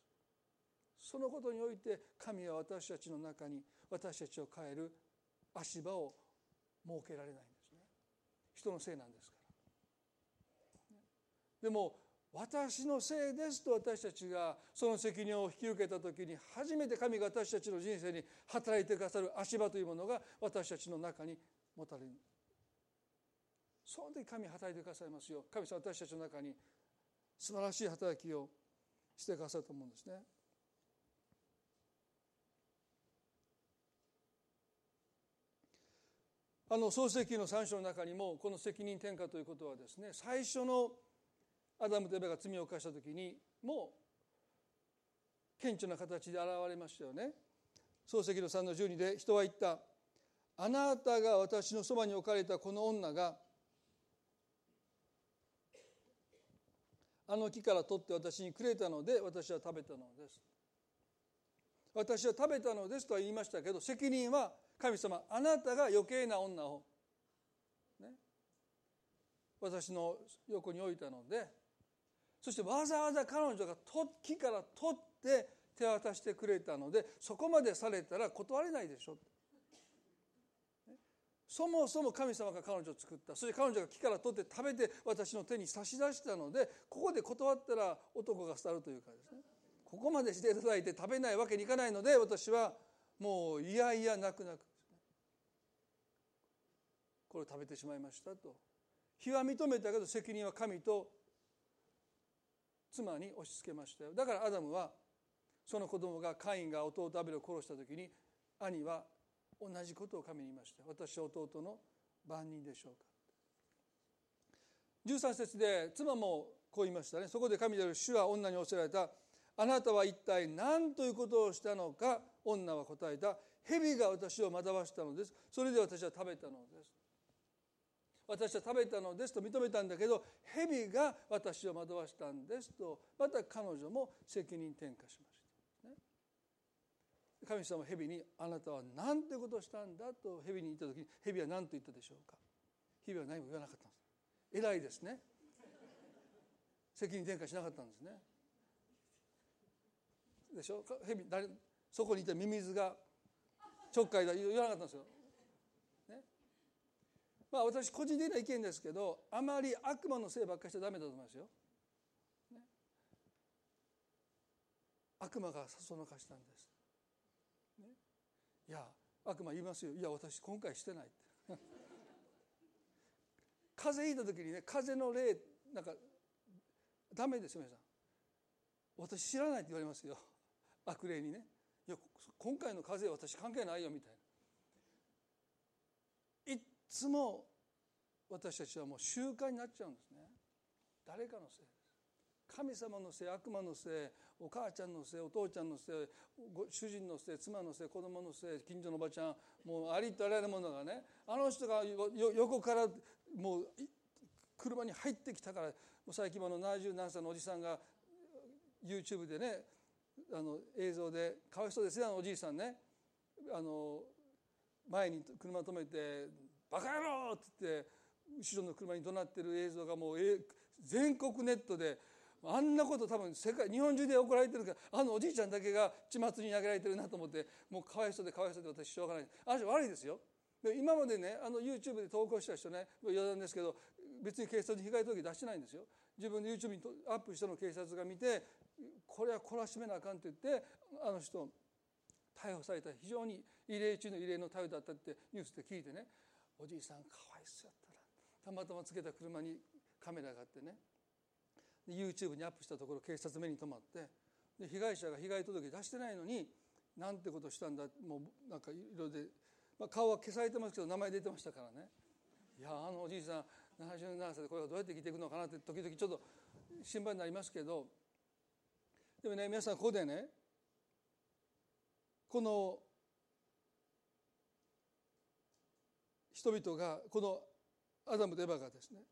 そのことにおいて神は私たちの中に私たちを変える足場を設けられないんですね。人のせいなんですから。でも私のせいですと私たちがその責任を引き受けたときに初めて神が私たちの人生に働いてくださる足場というものが私たちの中に持たれる。その時神は働いてくださいますよ。神様私たちの中に素晴らしい働きをしてくださると思うんですね。あの創世記のさん章の中にもこの責任転嫁ということはですね、最初のアダムとエバが罪を犯した時にもう顕著な形で現れましたよね。創世記のさんのじゅうにで人は言った。あなたが私のそばに置かれたこの女があの木から取って私にくれたので私は食べたのです。私は食べたのですとは言いましたけど責任は神様あなたが余計な女を、ね、私の横に置いたのでそしてわざわざ彼女が木から取って手渡してくれたのでそこまでされたら断れないでしょ。そもそも神様が彼女を作った。そして彼女が木から取って食べて私の手に差し出したのでここで断ったら男が廃るというかですね、ここまでしていただいて食べないわけにいかないので私はもういやいや泣く泣くこれを食べてしまいましたと。非は認めたけど責任は神と妻に押し付けましたよ。だからアダムはその子供がカインが弟アベルを殺した時に兄は同じことを神に言いました。私は弟の番人でしょうか。じゅうさん節で妻もこう言いましたね。そこで神である主は女に仰せられた。あなたは一体何ということをしたのか。女は答えた。蛇が私を惑わしたのです。それで私は食べたのです。私は食べたのですと認めたんだけど蛇が私を惑わしたんですとまた彼女も責任転嫁しました、ね、神様は蛇にあなたは何てことをしたんだと蛇に言った時に蛇は何と言ったでしょうか。蛇は何も言わなかったんです。偉いですね。責任転嫁しなかったんですね。でしょ。蛇誰そこにいたミミズがちょっかいだ言わなかったんですよ。まあ、私個人的な意見ですけどあまり悪魔のせいばっかりしちゃダメだと思いますよ、ね、悪魔がそそのかしたんです、ね、いや悪魔言いますよ。いや私今回してないって風邪ひいた時にね、風邪の霊なんかダメですよ皆さん。私知らないって言われますよ、悪霊にね。いや今回の風邪私関係ないよみたいな。いっつも私たちはもう習慣になっちゃうんですね。誰かのせいです。神様のせい、悪魔のせい、お母ちゃんのせい、お父ちゃんのせい、主人のせい、妻のせい、子供のせい、近所のおばちゃん、もうありとあらゆるものがね、あの人が横からもう車に入ってきたから。最近ものななじゅうなんさいのおじさんが YouTube でね、あの映像でかわいそうですね、あのおじいさんね、あの前に車止めてバカ野郎って言って後ろの車に怒鳴ってる映像がもう全国ネットで、あんなこと多分世界日本中で怒られてるから、あのおじいちゃんだけが血祭りに投げられてるなと思って、もうかわいそうでかわいそうで私しょうがない。あの人悪いですよ。で今までね、あの YouTube で投稿した人ね、余談ですけど別に警察に被害届出してないんですよ。自分で YouTube にアップしたのを警察が見て、これは懲らしめなあかんと言ってあの人逮捕された。非常に異例中の異例の逮捕だったってニュースで聞いてね、おじいさんかわいそうやったら、たまたまつけた車にカメラがあってね、で YouTube にアップしたところ警察目に留まって、で被害者が被害届出してないのになんてことしたんだ、もうなんかいろいろで、まあ、顔は消されてますけど名前出てましたからね。いやあのおじいさんななじゅうななさいでこれがどうやって生きていくのかなって時々ちょっと心配になりますけど、でもね皆さんここでね、この人々が、このアダムとエバがですね、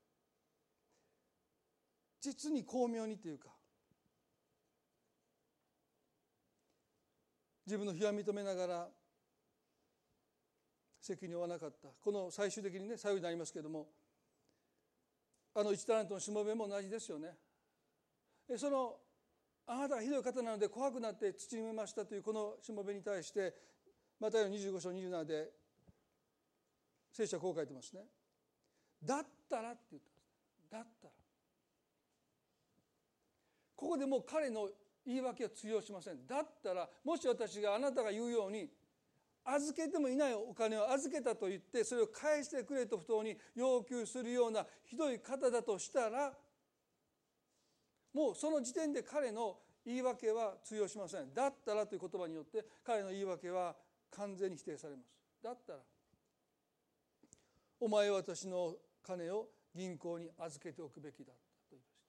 実に巧妙にというか、自分の非は認めながら責任を負わなかった。この最終的にね最後になりますけれども、あの一タラントのしもべも同じですよね。そのあなたがひどい方なので怖くなって土に埋めましたというこのしもべに対してマタイのにじゅうご章にじゅうななで聖書はこう書いてますね。だったらって言ったんです。だったら、ここでもう彼の言い訳は通用しません。だったら、もし私があなたが言うように預けてもいないお金を預けたと言ってそれを返してくれと不当に要求するようなひどい方だとしたら、もうその時点で彼の言い訳は通用しません。だったらという言葉によって彼の言い訳は完全に否定されます。だったら、お前は私の金を銀行に預けておくべきだったと言いました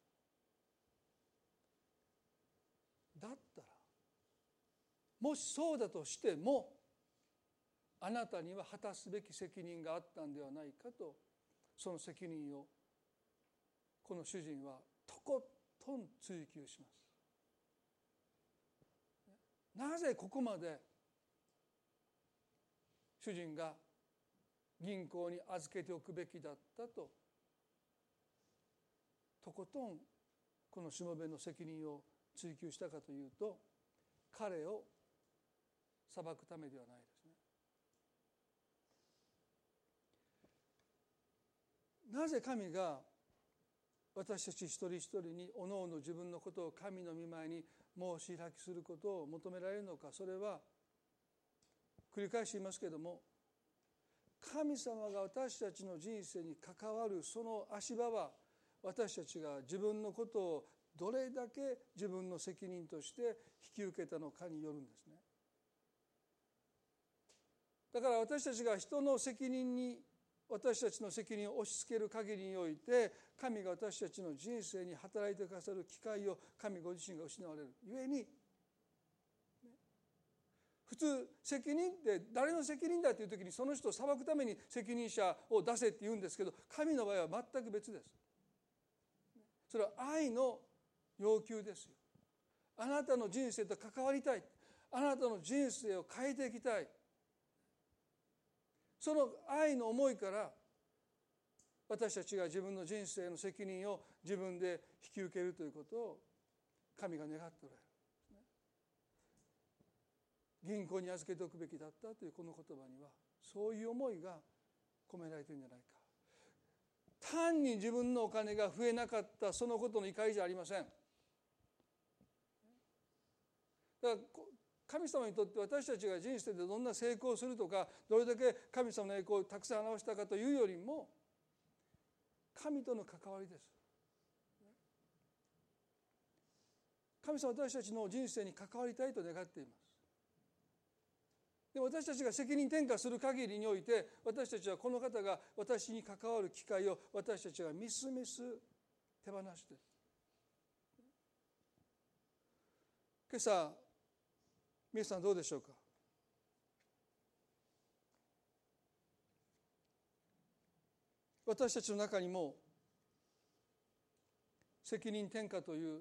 。だったら、もしそうだとしてもあなたには果たすべき責任があったんではないかと、その責任をこの主人はとことん追求します。なぜここまで主人が銀行に預けておくべきだったととことんこのしもべの責任を追求したかというと、彼を裁くためではないですね。なぜ神が私たち一人一人におのおの自分のことを神の御前に申し開きすることを求められるのか。それは繰り返し言いますけれども、神様が私たちの人生に関わるその足場は、私たちが自分のことをどれだけ自分の責任として引き受けたのかによるんですね。だから私たちが人の責任に私たちの責任を押し付ける限りにおいて、神が私たちの人生に働いてくださる機会を神ご自身が失われるゆえに、普通責任って誰の責任だという時にその人を裁くために責任者を出せって言うんですけど、神の場合は全く別です。それは愛の要求ですよ。あなたの人生と関わりたい、あなたの人生を変えていきたい、その愛の思いから私たちが自分の人生の責任を自分で引き受けるということを神が願っておられる。銀行に預けておくべきだったというこの言葉にはそういう思いが込められているんじゃないか。単に自分のお金が増えなかったそのことの怒りじゃありません。だから神様にとって私たちが人生でどんな成功をするとか、どれだけ神様の栄光をたくさん表したかというよりも、神との関わりです。神様は私たちの人生に関わりたいと願っています。で私たちが責任転嫁する限りにおいて、私たちはこの方が私に関わる機会を私たちがみすみす手放している。今朝皆さんどうでしょうか。私たちの中にも責任転嫁という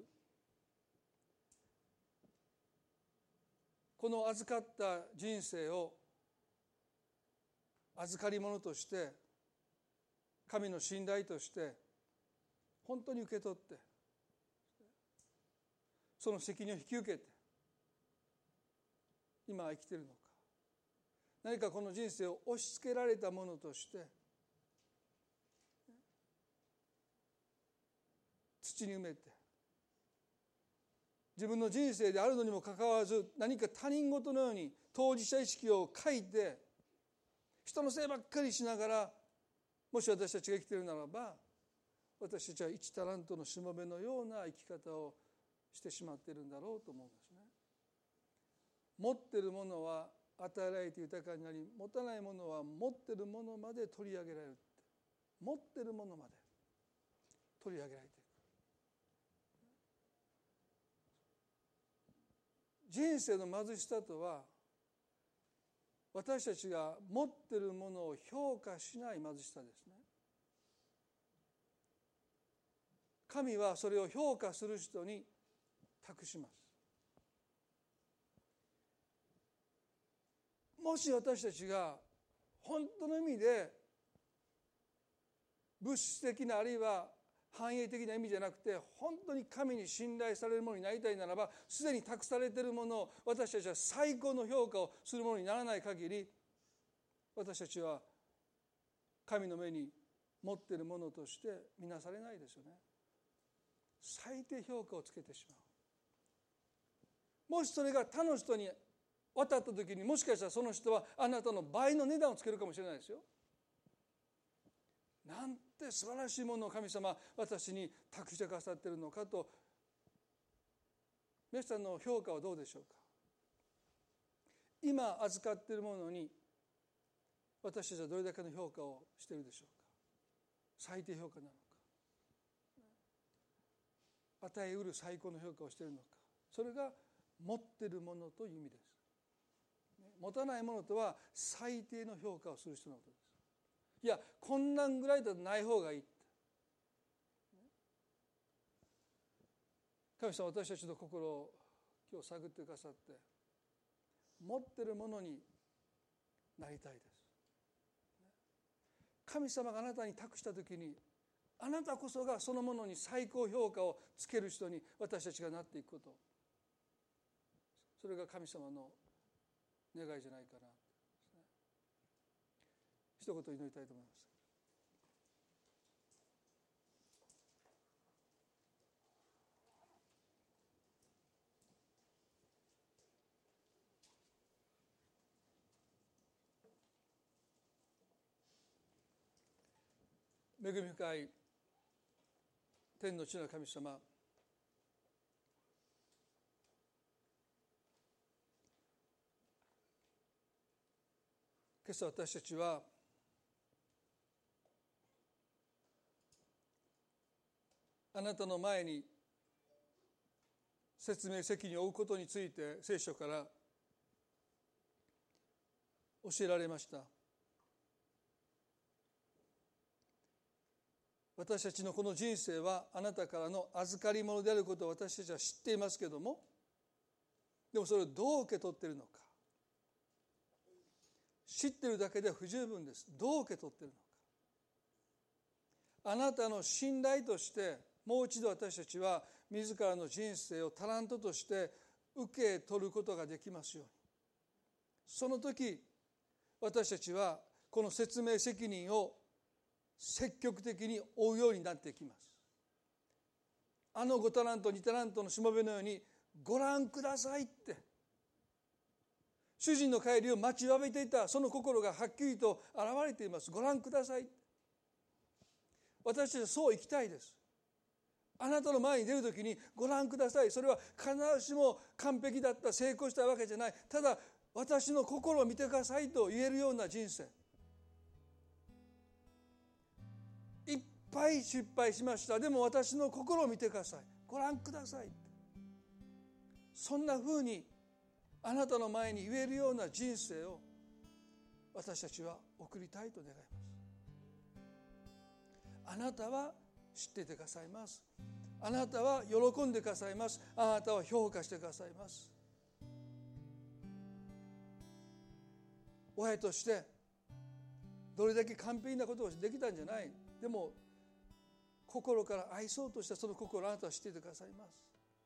この預かった人生を預かり物として神の信頼として本当に受け取ってその責任を引き受けて今生きているのか、何かこの人生を押し付けられたものとして土に埋めて、自分の人生であるのにもかかわらず何か他人事のように当事者意識を欠いて人のせいばっかりしながら、もし私たちが生きているならば、私たちは一タラントのしもべのような生き方をしてしまっているんだろうと思うんですね。持っているものは与えられて豊かになり、持たないものは持っているものまで取り上げられるって、持っているものまで取り上げられていく。人生の貧しさとは、私たちが持っているものを評価しない貧しさですね。神はそれを評価する人に託します。もし私たちが本当の意味で物質的なあるいは繁栄的な意味じゃなくて本当に神に信頼されるものになりたいならば、すでに託されているものを私たちは最高の評価をするものにならない限り、私たちは神の目に持っているものとして見なされないですよね。最低評価をつけてしまう。もしそれが他の人に渡った時に、もしかしたらその人はあなたの倍の値段をつけるかもしれないですよ。なんて素晴らしいものを神様私に託してくださっているのかと、皆さんの評価はどうでしょうか。今預かっているものに私たちはどれだけの評価をしているでしょうか。最低評価なのか、与えうる最高の評価をしているのか。それが持っているものという意味です。持たないものとは最低の評価をする人のことです。いや、こんなんぐらいだとない方がいい。神様は私たちの心を今日探ってくださって、持っているものになりたいです。神様があなたに託したときに、あなたこそがそのものに最高評価をつける人に私たちがなっていくこと、それが神様の願いじゃないかな。一言祈りたいと思います。恵み深い天の地の神様、今朝私たちはあなたの前に説明責任を負うことについて聖書から教えられました。私たちのこの人生はあなたからの預かり物であることを私たちは知っていますけども、でもそれをどう受け取っているのか、知っているだけでは不十分です。どう受け取っているのか。あなたの信頼としてもう一度私たちは自らの人生をタラントとして受け取ることができますように。その時私たちはこの説明責任を積極的に負うようになっていきます。あのごタラントにタラントのしもべのように、ご覧くださいって主人の帰りを待ちわびていたその心がはっきりと現れています。ご覧ください。私たちはそう生きたいです。あなたの前に出るときにご覧ください。それは必ずしも完璧だった、成功したわけじゃない。ただ私の心を見てくださいと言えるような人生。いっぱい失敗しました。でも私の心を見てください。ご覧ください。そんなふうにあなたの前に言えるような人生を私たちは送りたいと願います。あなたは知っていてくださいます。あなたは喜んでくださいます。あなたは評価してくださいます。親としてどれだけ完璧なことをできたんじゃない。でも心から愛そうとしたその心をあなたは知っていてくださいます。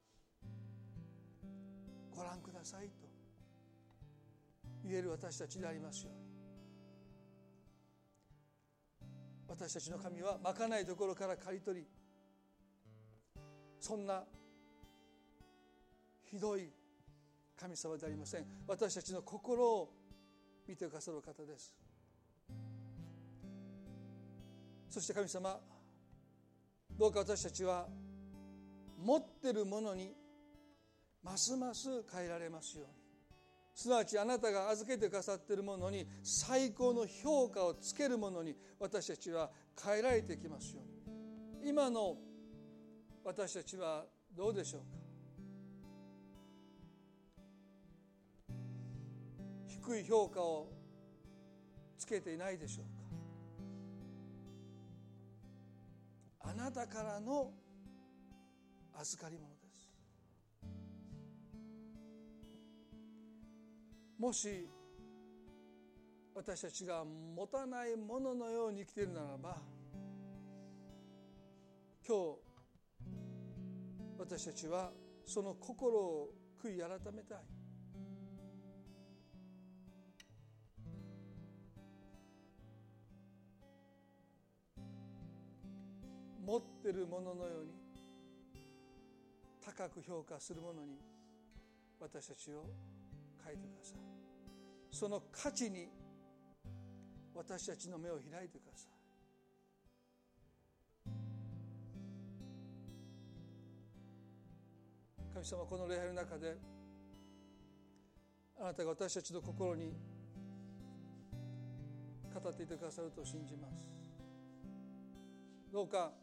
ご覧くださいと言える私たちでありますように。私たちの神はまかないところから刈り取り、そんなひどい神様でありません。私たちの心を見てくださる方です。そして神様、どうか私たちは持っているものにますます変えられますように、すなわちあなたが預けてくださっているものに最高の評価をつけるものに私たちは変えられていきますように。今の私たちはどうでしょうか。低い評価をつけていないでしょうか。あなたからの預かり物です。もし私たちが持たないもののように生きているならば、今日私たちはその心を悔い改めたい。持っているもののように高く評価するものに私たちを変えてください。その価値に私たちの目を開いてください。神様、この礼拝の中であなたが私たちの心に語っていてくださると信じます。どうか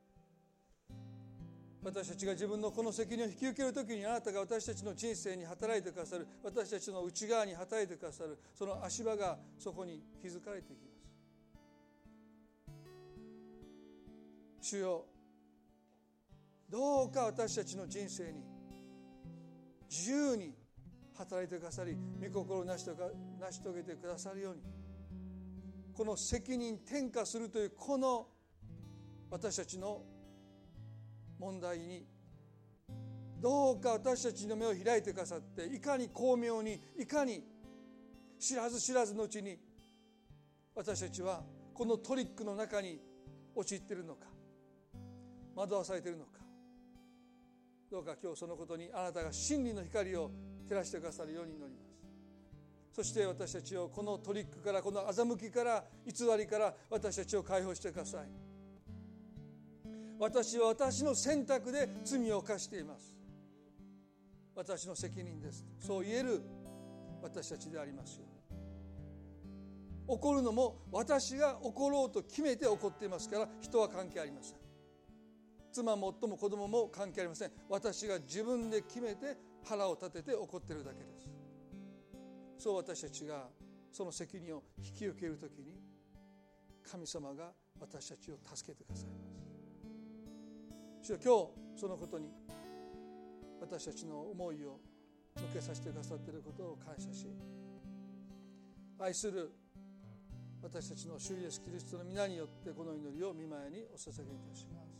私たちが自分のこの責任を引き受けるときに、あなたが私たちの人生に働いてくださる、私たちの内側に働いてくださる、その足場がそこに築かれていきます。主よ、どうか私たちの人生に自由に働いてくださり、御心を成し遂げてくださるように、この責任転嫁するというこの私たちの問題にどうか私たちの目を開いてくださって、いかに巧妙に、いかに知らず知らずのうちに私たちはこのトリックの中に陥っているのか、惑わされているのか。どうか今日そのことにあなたが真理の光を照らしてくださるように祈ります。そして私たちをこのトリックから、この欺きから、偽りから私たちを解放してください。私は私の選択で罪を犯しています。私の責任です。そう言える私たちでありますよ。怒るのも私が怒ろうと決めて怒っていますから、人は関係ありません。妻も夫も子供も関係ありません。私が自分で決めて腹を立てて怒っているだけです。そう私たちがその責任を引き受けるときに、神様が私たちを助けてくださいます。主よ、今日そのことに私たちの思いを向けさせてくださっていることを感謝し、愛する私たちの主イエスキリストの皆によってこの祈りを御前にお捧げいたします。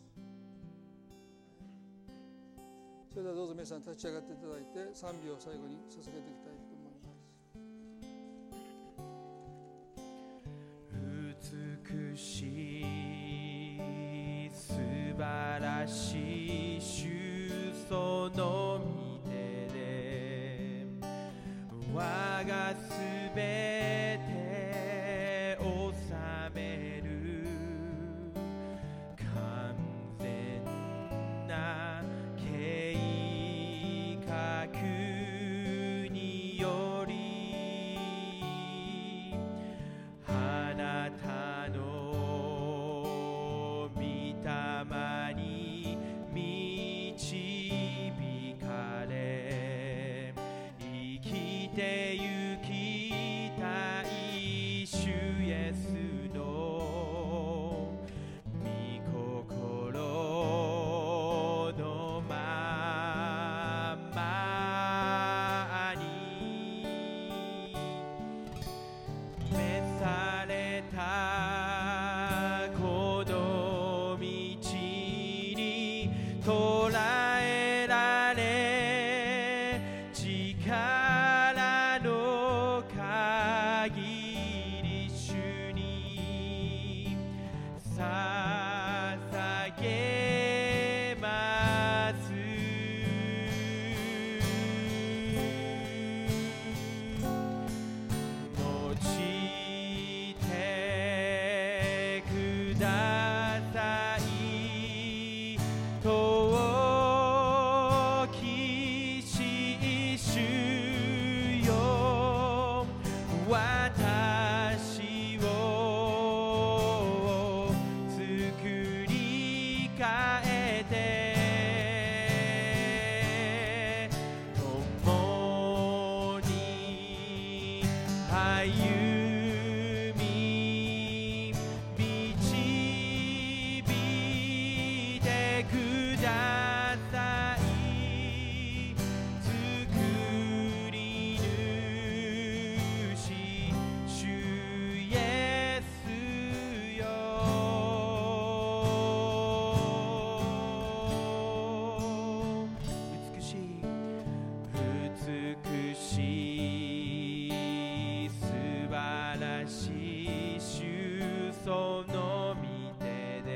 それではどうぞ皆さん立ち上がっていただいて、賛美を最後に捧げていきたいと思います。美しい素晴らしい主その御手で我ががすべて治める完全な計画によりあなたの御霊に導かれ生きてゆきたい主イエスの御心のままに召されたこの道に捉えられ力の限り主に捧げます用いてください遠きし主よ私を作り変えて共に歩み導いてください作り主主イエスよ美しい美しい素晴らしい主その御手で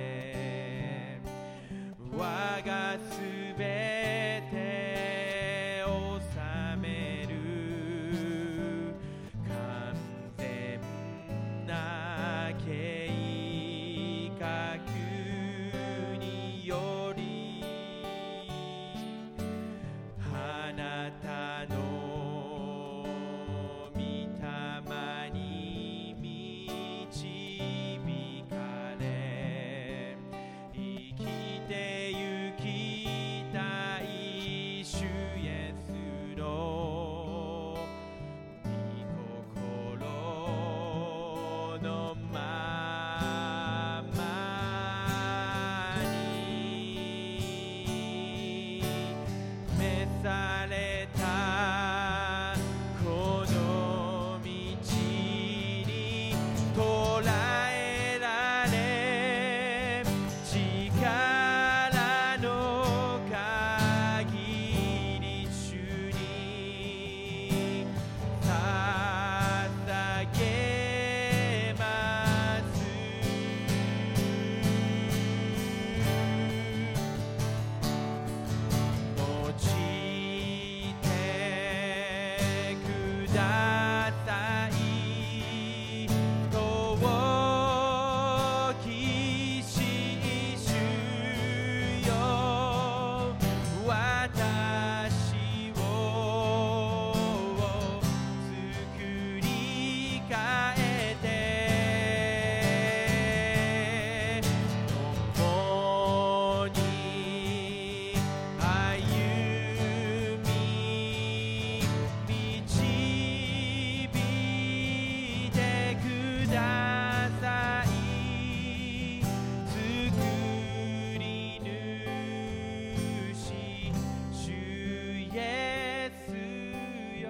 我がすべて治める完全な計画によりあなたの御霊に導かれ生きてゆきたい主イエスの御心のままに召されたこの道に捉えられ力の限り主に捧げます用いてください遠きし主よ私を作り変えて共に歩み導いてください作り主主イエスよ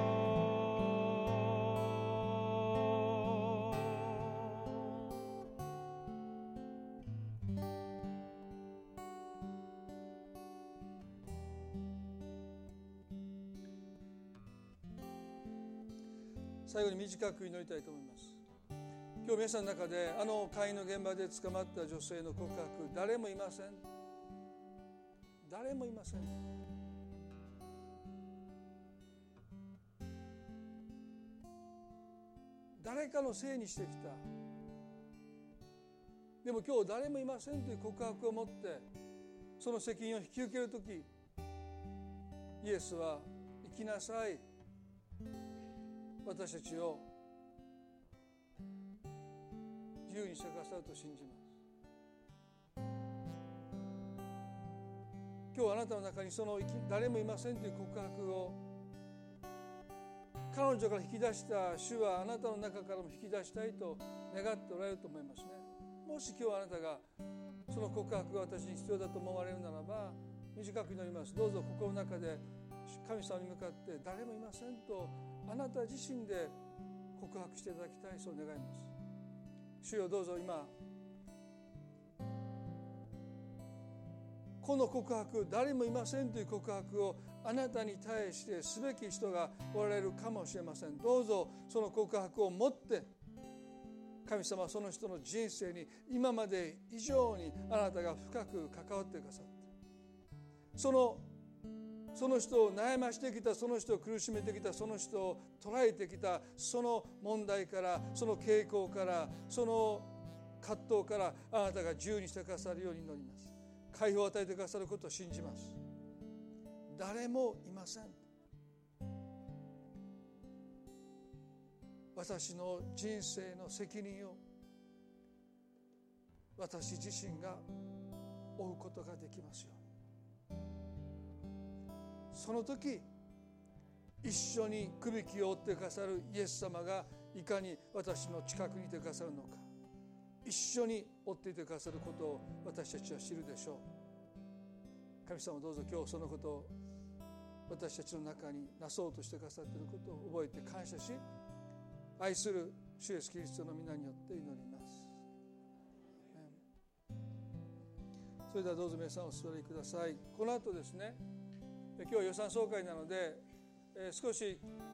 最後に短く祈りたいと思います。今日皆さんの中であの会員の現場で捕まった女性の告白、誰もいません誰もいません。 誰かのせいにしてきた。でも今日誰もいませんという告白を持ってその責任を引き受けるとき、イエスは生きなさい、私たちを自由にしてくださると信じます。今日あなたの中にその誰もいませんという告白を彼女から引き出した主はあなたの中からも引き出したいと願っておられると思いますね。もし今日あなたがその告白が私に必要だと思われるならば、短く祈ります。どうぞ心の中で神様に向かって誰もいませんとあなた自身で告白していただきたい、そう願います。主よ、どうぞ今この告白、誰もいませんという告白をあなたに対してすべき人がおられるかもしれません。どうぞその告白を持って神様はその人の人生に今まで以上にあなたが深く関わってくださって、そのその人を悩ましてきた、その人を苦しめてきた、その人を捉えてきたその問題から、その傾向から、その葛藤からあなたが自由にしてくださるように祈ります。解放を与えてくださることを信じます。誰もいません。私の人生の責任を私自身が負うことができますように。その時一緒にくびきを追ってくださるイエス様がいかに私の近くにいてくださるのか、一緒に追っていてくださることを私たちは知るでしょう。神様、どうぞ今日そのことを私たちの中になそうとしてくださっていることを覚えて感謝し、愛する主イエスキリストの皆によって祈ります。それではどうぞ皆さんお座りください。この後ですね、今日は予算総会なので、えー、少し